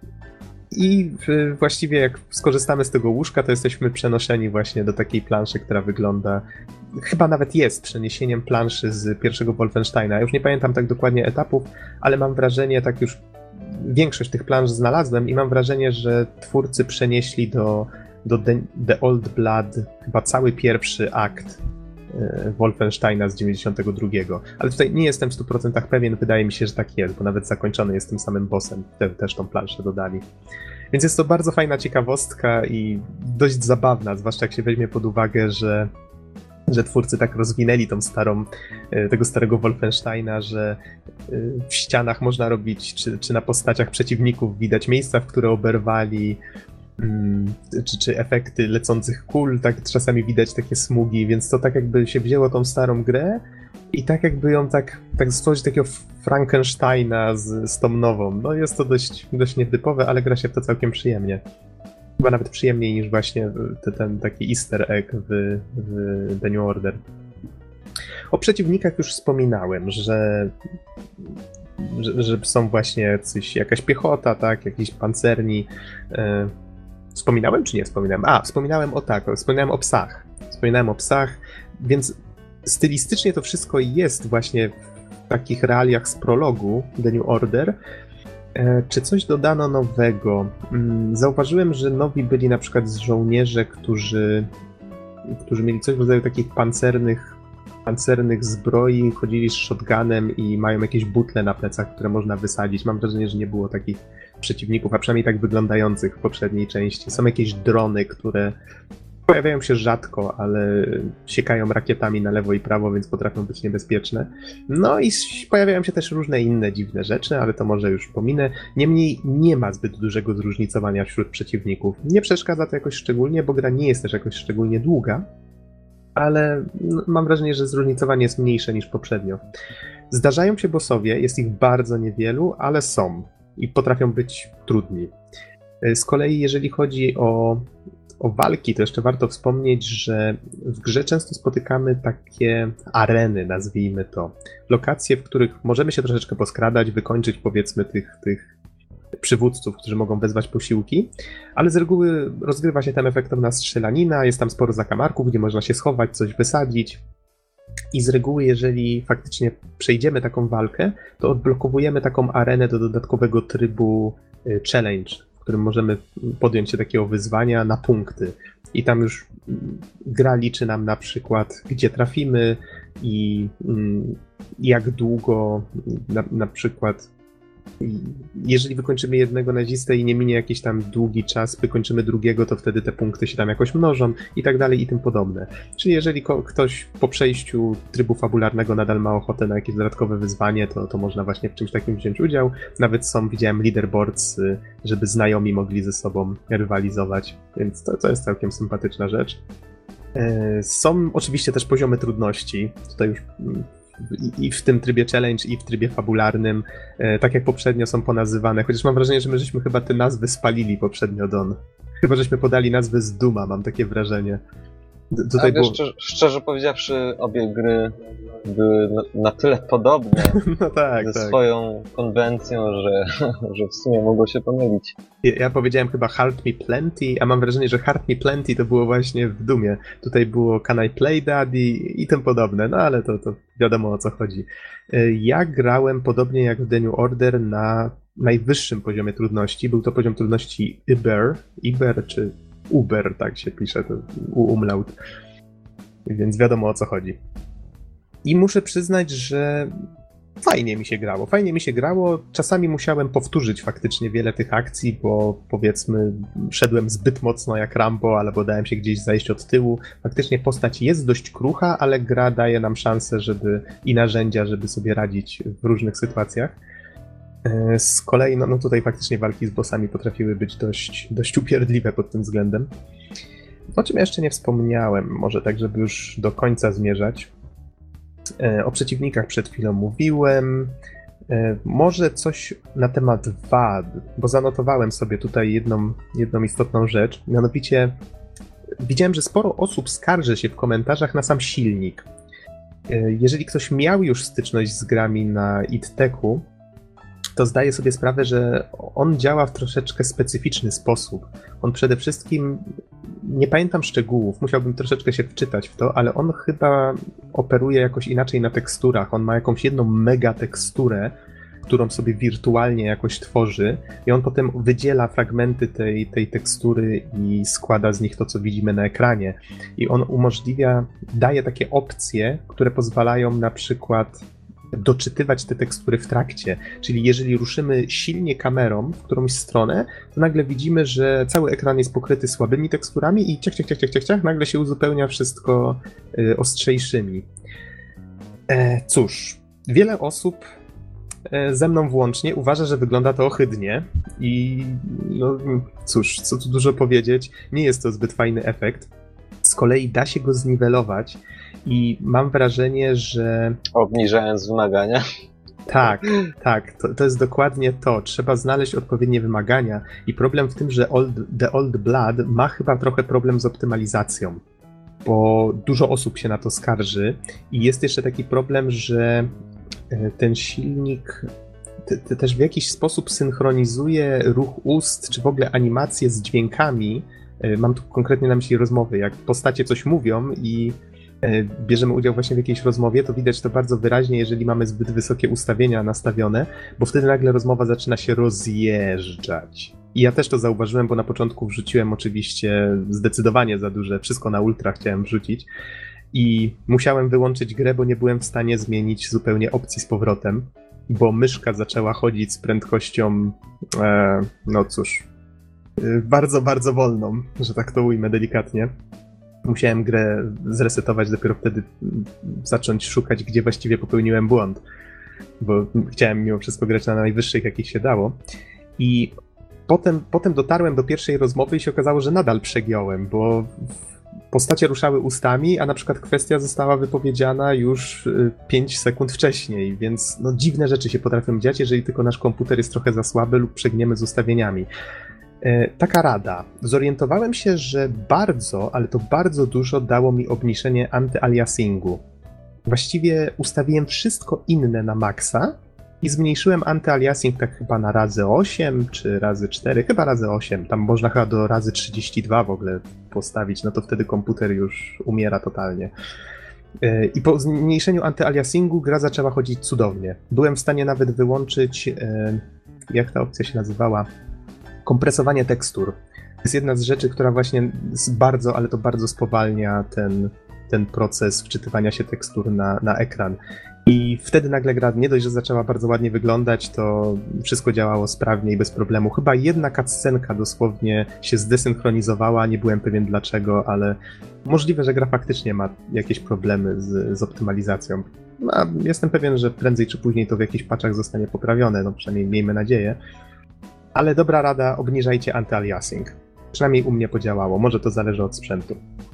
i e, właściwie jak skorzystamy z tego łóżka, to jesteśmy przenoszeni właśnie do takiej planszy, która wygląda, chyba nawet jest przeniesieniem planszy z pierwszego Wolfensteina. Ja już nie pamiętam tak dokładnie etapów, ale mam wrażenie, tak już większość tych plansz znalazłem i mam wrażenie, że twórcy przenieśli do do The, The Old Blood chyba cały pierwszy akt e, Wolfensteina z dziewięćdziesiątego drugiego. Ale tutaj nie jestem w stu procentach pewien, wydaje mi się, że tak jest, bo nawet zakończony jest tym samym bossem, te, też tą planszę dodali. Więc jest to bardzo fajna ciekawostka i dość zabawna, zwłaszcza jak się weźmie pod uwagę, że że twórcy tak rozwinęli tą starą, tego starego Wolfensteina, że w ścianach można robić, czy, czy na postaciach przeciwników widać miejsca, w które oberwali, Czy, czy efekty lecących kul, tak czasami widać takie smugi, więc to tak jakby się wzięło tą starą grę i tak jakby ją tak, tak stworzyć takiego Frankensteina z, z tą nową. No jest to dość, dość nietypowe, ale gra się w to całkiem przyjemnie. Chyba nawet przyjemniej niż właśnie te, ten taki easter egg w, w The New Order. O przeciwnikach już wspominałem, że że, że są właśnie coś, jakaś piechota, tak, jakiś pancerni. Wspominałem czy nie wspominałem? A, wspominałem o tak, wspominałem o psach. Wspominałem o psach, więc stylistycznie to wszystko jest właśnie w takich realiach z prologu The New Order. E, czy coś dodano nowego? Mm, zauważyłem, że nowi byli na przykład z żołnierze, którzy, którzy mieli coś w rodzaju takich pancernych, pancernych zbroi, chodzili z shotgunem i mają jakieś butle na plecach, które można wysadzić. Mam wrażenie, że nie było takich przeciwników, a przynajmniej tak wyglądających w poprzedniej części. Są jakieś drony, które pojawiają się rzadko, ale siekają rakietami na lewo i prawo, więc potrafią być niebezpieczne. No i pojawiają się też różne inne dziwne rzeczy, ale to może już pominę. Niemniej nie ma zbyt dużego zróżnicowania wśród przeciwników. Nie przeszkadza to jakoś szczególnie, bo gra nie jest też jakoś szczególnie długa, ale mam wrażenie, że zróżnicowanie jest mniejsze niż poprzednio. Zdarzają się bossowie, jest ich bardzo niewielu, ale są i potrafią być trudni. Z kolei jeżeli chodzi o, o walki, to jeszcze warto wspomnieć, że w grze często spotykamy takie areny, nazwijmy to. Lokacje, w których możemy się troszeczkę poskradać, wykończyć powiedzmy tych, tych przywódców, którzy mogą wezwać posiłki, ale z reguły rozgrywa się tam efektowna strzelanina, jest tam sporo zakamarków, gdzie można się schować, coś wysadzić. I z reguły, jeżeli faktycznie przejdziemy taką walkę, to odblokowujemy taką arenę do dodatkowego trybu challenge, w którym możemy podjąć się takiego wyzwania na punkty. I tam już gra liczy nam na przykład, gdzie trafimy i jak długo na, na przykład jeżeli wykończymy jednego nazistę i nie minie jakiś tam długi czas, wykończymy drugiego, to wtedy te punkty się tam jakoś mnożą i tak dalej i tym podobne. Czyli jeżeli ko- ktoś po przejściu trybu fabularnego nadal ma ochotę na jakieś dodatkowe wyzwanie, to, to można właśnie w czymś takim wziąć udział. Nawet są, widziałem, leaderboards, żeby znajomi mogli ze sobą rywalizować, więc to, to jest całkiem sympatyczna rzecz. Są oczywiście też poziomy trudności. Tutaj już i, i w tym trybie challenge, i w trybie fabularnym, e, tak jak poprzednio są ponazywane, chociaż mam wrażenie, że my żeśmy chyba te nazwy spalili poprzednio, Don. Chyba żeśmy podali nazwy z Duma, mam takie wrażenie. D- tutaj Ale było... szczerze, szczerze powiedziawszy, obie gry były na, na tyle podobne no tak, ze tak. swoją konwencją, że, że w sumie mogło się pomylić. Ja, ja powiedziałem chyba Heart Me Plenty, a mam wrażenie, że Heart Me Plenty to było właśnie w Dumie. Tutaj było Can I Play Daddy i tym podobne, no ale to, to wiadomo o co chodzi. Ja grałem podobnie jak w The New Order na najwyższym poziomie trudności. Był to poziom trudności Iber, Iber czy Uber, tak się pisze, to u umlaut. Więc wiadomo o co chodzi. I muszę przyznać, że fajnie mi się grało. Fajnie mi się grało. Czasami musiałem powtórzyć faktycznie wiele tych akcji, bo powiedzmy szedłem zbyt mocno jak Rambo, albo dałem się gdzieś zajść od tyłu. Faktycznie postać jest dość krucha, ale gra daje nam szansę, żeby i narzędzia, żeby sobie radzić w różnych sytuacjach. Z kolei, no, no tutaj faktycznie walki z bossami potrafiły być dość, dość upierdliwe pod tym względem. O czym ja jeszcze nie wspomniałem, może tak, żeby już do końca zmierzać. O przeciwnikach przed chwilą mówiłem. Może coś na temat wad, bo zanotowałem sobie tutaj jedną, jedną istotną rzecz. Mianowicie widziałem, że sporo osób skarży się w komentarzach na sam silnik. Jeżeli ktoś miał już styczność z grami na id-Techu, to zdaję sobie sprawę, że on działa w troszeczkę specyficzny sposób. On przede wszystkim, nie pamiętam szczegółów, musiałbym troszeczkę się wczytać w to, ale on chyba operuje jakoś inaczej na teksturach. On ma jakąś jedną mega teksturę, którą sobie wirtualnie jakoś tworzy i on potem wydziela fragmenty tej, tej tekstury i składa z nich to, co widzimy na ekranie. I on umożliwia, daje takie opcje, które pozwalają na przykład doczytywać te tekstury w trakcie. Czyli jeżeli ruszymy silnie kamerą w którąś stronę, to nagle widzimy, że cały ekran jest pokryty słabymi teksturami i ciach, ciach, ciach, ciach, ciach, ciach nagle się uzupełnia wszystko y, ostrzejszymi. E, cóż, wiele osób, e, ze mną włącznie, uważa, że wygląda to ohydnie i no cóż, co tu dużo powiedzieć, nie jest to zbyt fajny efekt. Z kolei da się go zniwelować i mam wrażenie, że... Obniżając wymagania. Tak, tak, to, to jest dokładnie to. Trzeba znaleźć odpowiednie wymagania i problem w tym, że Old, The Old Blood ma chyba trochę problem z optymalizacją, bo dużo osób się na to skarży i jest jeszcze taki problem, że ten silnik te, te też w jakiś sposób synchronizuje ruch ust, czy w ogóle animacje z dźwiękami. Mam tu konkretnie na myśli rozmowy. Jak postacie coś mówią i bierzemy udział właśnie w jakiejś rozmowie, to widać to bardzo wyraźnie, jeżeli mamy zbyt wysokie ustawienia nastawione, bo wtedy nagle rozmowa zaczyna się rozjeżdżać. I ja też to zauważyłem, bo na początku wrzuciłem oczywiście zdecydowanie za duże, wszystko na ultra chciałem wrzucić i musiałem wyłączyć grę, bo nie byłem w stanie zmienić zupełnie opcji z powrotem, bo myszka zaczęła chodzić z prędkością, e, no cóż, bardzo, bardzo wolną, że tak to ujmę delikatnie. Musiałem grę zresetować, dopiero wtedy zacząć szukać, gdzie właściwie popełniłem błąd, bo chciałem mimo wszystko grać na najwyższych, jakich się dało. I potem, potem dotarłem do pierwszej rozmowy i się okazało, że nadal przegiąłem, bo postacie ruszały ustami, a na przykład kwestia została wypowiedziana już pięć sekund wcześniej, więc no, dziwne rzeczy się potrafią dziać, jeżeli tylko nasz komputer jest trochę za słaby lub przegniemy z ustawieniami. Taka rada. Zorientowałem się, że bardzo, ale to bardzo dużo dało mi obniżenie antyaliasingu. Właściwie ustawiłem wszystko inne na maksa i zmniejszyłem antyaliasing tak chyba na razy osiem czy razy cztery, chyba razy osiem. Tam można chyba do razy trzydzieści dwa w ogóle postawić, no to wtedy komputer już umiera totalnie. I po zmniejszeniu antyaliasingu gra zaczęła chodzić cudownie. Byłem w stanie nawet wyłączyć, jak ta opcja się nazywała? Kompresowanie tekstur. To jest jedna z rzeczy, która właśnie bardzo, ale to bardzo spowalnia ten, ten proces wczytywania się tekstur na, na ekran. I wtedy nagle gra nie dość, że zaczęła bardzo ładnie wyglądać, to wszystko działało sprawnie i bez problemu. Chyba jedna cutscenka dosłownie się zdesynchronizowała, nie byłem pewien dlaczego, ale możliwe, że gra faktycznie ma jakieś problemy z, z optymalizacją. No, jestem pewien, że prędzej czy później to w jakichś patchach zostanie poprawione, no przynajmniej miejmy nadzieję. Ale dobra rada, obniżajcie antyaliasing. Przynajmniej u mnie podziałało, może to zależy od sprzętu.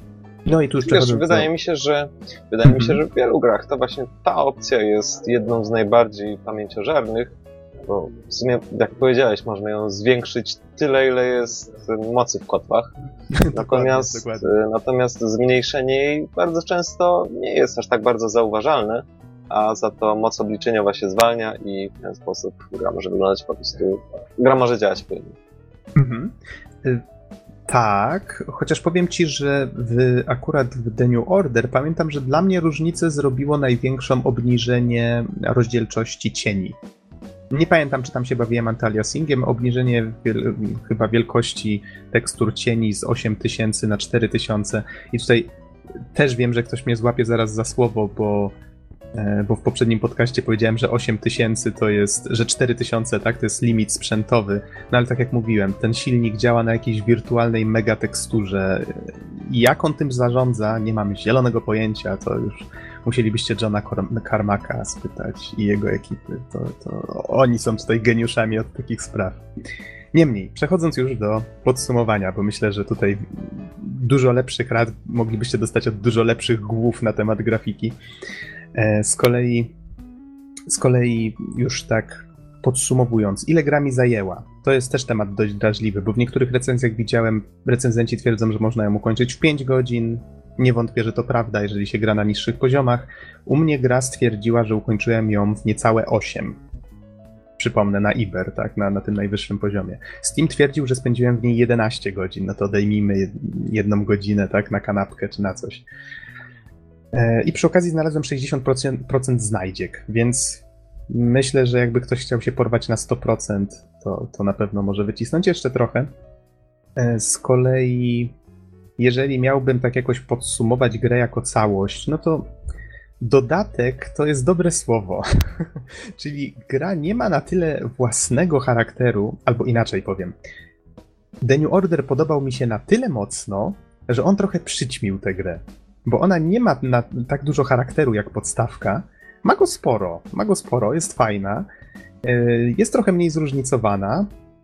No i tu już Wiesz, przechodząc wydaje do... mi się, że wydaje mi się, Mhm. że w wielu grach to właśnie ta opcja jest jedną z najbardziej pamięciożernych, bo w sumie, jak powiedziałeś, można ją zwiększyć tyle, ile jest mocy w kotłach. Natomiast, dokładnie. natomiast zmniejszenie jej bardzo często nie jest aż tak bardzo zauważalne, a za to moc obliczeniowa się zwalnia i w ten sposób gra może wyglądać po prostu... Gra może działać płynnie. Mhm. Y, Tak, chociaż powiem ci, że w, akurat w The New Order pamiętam, że dla mnie różnicę zrobiło największą obniżenie rozdzielczości cieni. Nie pamiętam, czy tam się bawiłem anti-aliasingiem, obniżenie wiel, chyba wielkości tekstur cieni z osiem tysięcy na cztery tysiące. I tutaj też wiem, że ktoś mnie złapie zaraz za słowo, bo, e, bo w poprzednim podcaście powiedziałem, że osiem tysięcy to jest, że cztery tysiące, tak, to jest limit sprzętowy. No ale tak jak mówiłem, ten silnik działa na jakiejś wirtualnej megateksturze. I jak on tym zarządza, nie mam zielonego pojęcia, to już musielibyście Johna Carmacka spytać i jego ekipy. To, to oni są tutaj geniuszami od takich spraw. Niemniej, przechodząc już do podsumowania, bo myślę, że tutaj dużo lepszych rad moglibyście dostać od dużo lepszych głów na temat grafiki. Z kolei, z kolei już tak podsumowując, ile gra mi zajęła? To jest też temat dość drażliwy, bo w niektórych recenzjach widziałem, recenzenci twierdzą, że można ją ukończyć w pięć godzin. Nie wątpię, że to prawda, jeżeli się gra na niższych poziomach. U mnie gra stwierdziła, że ukończyłem ją w niecałe osiem. Przypomnę, na Iber, tak, na, na tym najwyższym poziomie. Steam twierdził, że spędziłem w niej jedenaście godzin, no to odejmijmy jedną godzinę, tak, na kanapkę czy na coś. E, I przy okazji znalazłem sześćdziesiąt procent znajdziek, więc myślę, że jakby ktoś chciał się porwać na sto procent, to, to na pewno może wycisnąć jeszcze trochę. E, z kolei, jeżeli miałbym tak jakoś podsumować grę jako całość, no to dodatek to jest dobre słowo. Czyli gra nie ma na tyle własnego charakteru, albo inaczej powiem. The New Order podobał mi się na tyle mocno, że on trochę przyćmił tę grę. Bo ona nie ma na, tak dużo charakteru jak podstawka. Ma go sporo, ma go sporo, jest fajna. Jest trochę mniej zróżnicowana.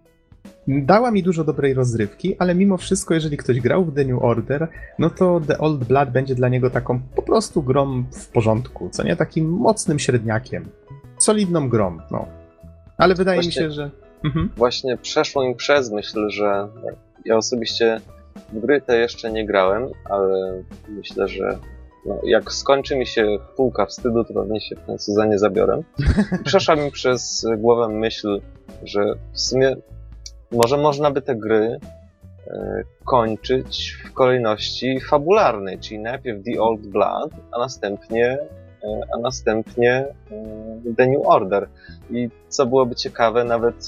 Dała mi dużo dobrej rozrywki, ale mimo wszystko, jeżeli ktoś grał w The New Order, no to The Old Blood będzie dla niego taką po prostu grą w porządku, co nie? Takim mocnym średniakiem. Solidną grą, no. Ale wydaje właśnie, mi się, że... Mhm. Właśnie przeszło mi przez myśl, że ja osobiście w gry te jeszcze nie grałem, ale myślę, że no, jak skończy mi się półka wstydu, to pewnie się w końcu za nie zabiorę. Przeszła mi przez głowę myśl, że w sumie może można by te gry e, kończyć w kolejności fabularnej, czyli najpierw The Old Blood, a następnie, e, a następnie e, The New Order. I co byłoby ciekawe, nawet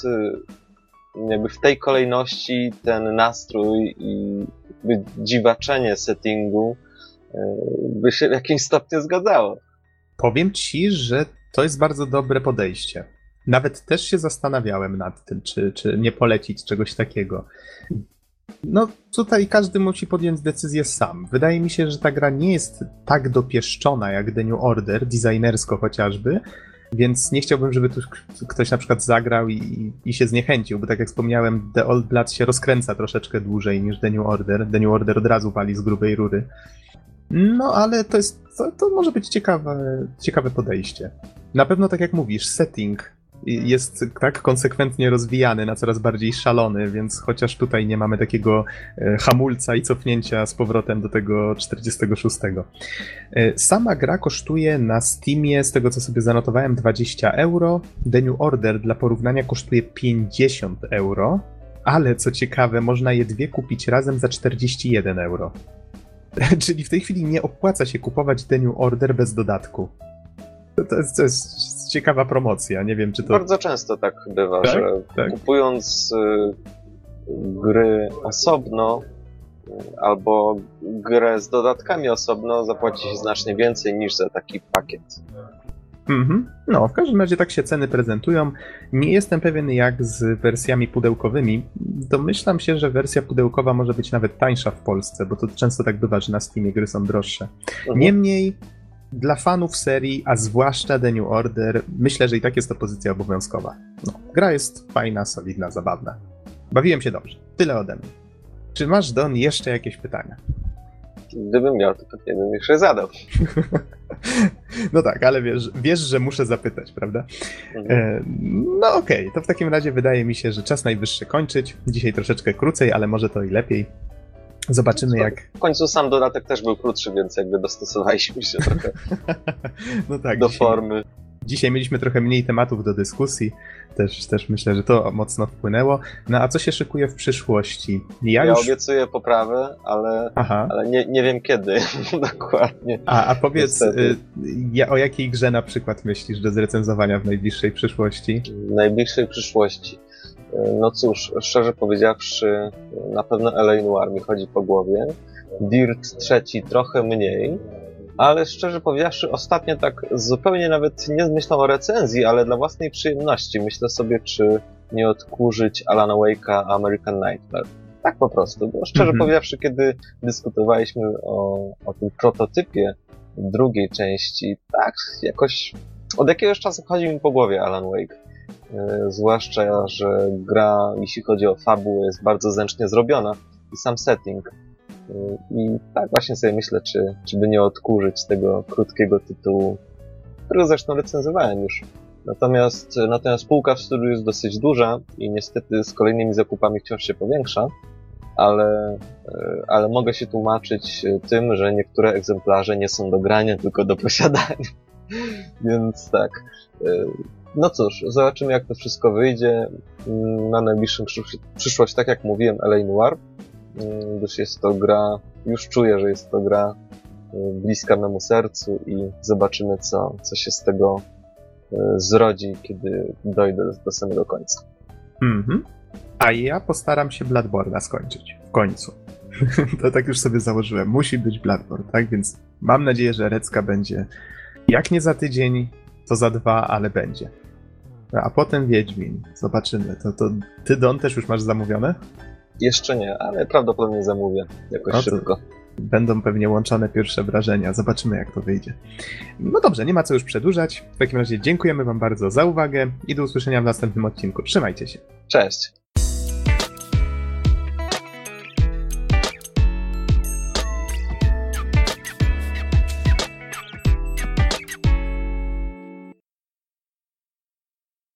e, jakby w tej kolejności ten nastrój i jakby dziwaczenie settingu e, by się w jakimś stopniu zgadzało. Powiem ci, że to jest bardzo dobre podejście. Nawet też się zastanawiałem nad tym, czy, czy nie polecić czegoś takiego. No tutaj każdy musi podjąć decyzję sam. Wydaje mi się, że ta gra nie jest tak dopieszczona jak The New Order, designersko chociażby, więc nie chciałbym, żeby tu ktoś na przykład zagrał i, i się zniechęcił, bo tak jak wspomniałem, The Old Blood się rozkręca troszeczkę dłużej niż The New Order. The New Order od razu wali z grubej rury. No ale to jest, to, to może być ciekawe, ciekawe podejście. Na pewno tak jak mówisz, setting jest tak konsekwentnie rozwijany na coraz bardziej szalony, więc chociaż tutaj nie mamy takiego hamulca i cofnięcia z powrotem do tego czterdziestego szóstego. Sama gra kosztuje na Steamie, z tego co sobie zanotowałem, dwadzieścia euro. The New Order dla porównania kosztuje pięćdziesiąt euro, ale co ciekawe, można je dwie kupić razem za czterdzieści jeden euro. Czyli w tej chwili nie opłaca się kupować The New Order bez dodatku. To, to, jest, to jest ciekawa promocja, nie wiem czy to... Bardzo często tak bywa, tak? że tak. kupując y, gry osobno y, albo grę z dodatkami osobno zapłaci się znacznie więcej niż za taki pakiet. Mhm. No, w każdym razie tak się ceny prezentują. Nie jestem pewien jak z wersjami pudełkowymi. Domyślam się, że wersja pudełkowa może być nawet tańsza w Polsce, bo to często tak bywa, że na Steamie gry są droższe. Mhm. Niemniej dla fanów serii, a zwłaszcza The New Order, myślę, że i tak jest to pozycja obowiązkowa. No, gra jest fajna, solidna, zabawna. Bawiłem się dobrze. Tyle ode mnie. Czy masz, Don, jeszcze jakieś pytania? Gdybym miał, to pewnie bym jeszcze zadał. No tak, ale wiesz, wiesz, że muszę zapytać, prawda? Mhm. E, no okej, okay. To w takim razie wydaje mi się, że czas najwyższy kończyć. Dzisiaj troszeczkę krócej, ale może to i lepiej. Zobaczymy jak... W końcu sam dodatek też był krótszy, więc jakby dostosowaliśmy się trochę no tak, do dzisiaj, formy. Dzisiaj mieliśmy trochę mniej tematów do dyskusji. Też, też myślę, że to mocno wpłynęło. No a co się szykuje w przyszłości? Ja, Ja, już... obiecuję poprawę, ale, ale nie, nie wiem kiedy dokładnie. A, a powiedz, y, Niestety. o jakiej grze na przykład myślisz do zrecenzowania w najbliższej przyszłości? W najbliższej przyszłości. No cóż, szczerze powiedziawszy, na pewno L A Noire mi chodzi po głowie. Dirt trzeci trochę mniej, ale szczerze powiedziawszy, ostatnio tak zupełnie nawet nie myślę o recenzji, ale dla własnej przyjemności myślę sobie, czy nie odkurzyć Alana Wake'a American Nightmare. Tak po prostu, bo szczerze Mhm. powiedziawszy, kiedy dyskutowaliśmy o, o tym prototypie drugiej części, tak jakoś od jakiegoś czasu chodzi mi po głowie Alan Wake. Yy, zwłaszcza, że gra, jeśli chodzi o fabułę, jest bardzo zręcznie zrobiona i sam setting. Yy, I tak właśnie sobie myślę, czy, czy by nie odkurzyć tego krótkiego tytułu, którego zresztą recenzowałem już. Natomiast, natomiast półka w studiu jest dosyć duża i niestety z kolejnymi zakupami wciąż się powiększa, ale, yy, ale mogę się tłumaczyć tym, że niektóre egzemplarze nie są do grania, tylko do posiadania. Więc tak. Yy, No cóż, zobaczymy jak to wszystko wyjdzie. Na najbliższą przysz- przyszłość, tak jak mówiłem, L A Noire, gdyż jest to gra, już czuję, że jest to gra bliska memu sercu i zobaczymy co, co się z tego zrodzi, kiedy dojdę do samego końca. Mhm. A ja postaram się Bloodborne'a skończyć. W końcu. To tak już sobie założyłem. Musi być Bloodborne, tak? Więc mam nadzieję, że Recka będzie jak nie za tydzień, to za dwa, ale będzie. A potem Wiedźmin. Zobaczymy. To, to ty, Don, też już masz zamówione? Jeszcze nie, ale prawdopodobnie zamówię jakoś No to szybko. Będą pewnie łączone pierwsze wrażenia. Zobaczymy, jak to wyjdzie. No dobrze, nie ma co już przedłużać. W takim razie dziękujemy wam bardzo za uwagę i do usłyszenia w następnym odcinku. Trzymajcie się. Cześć!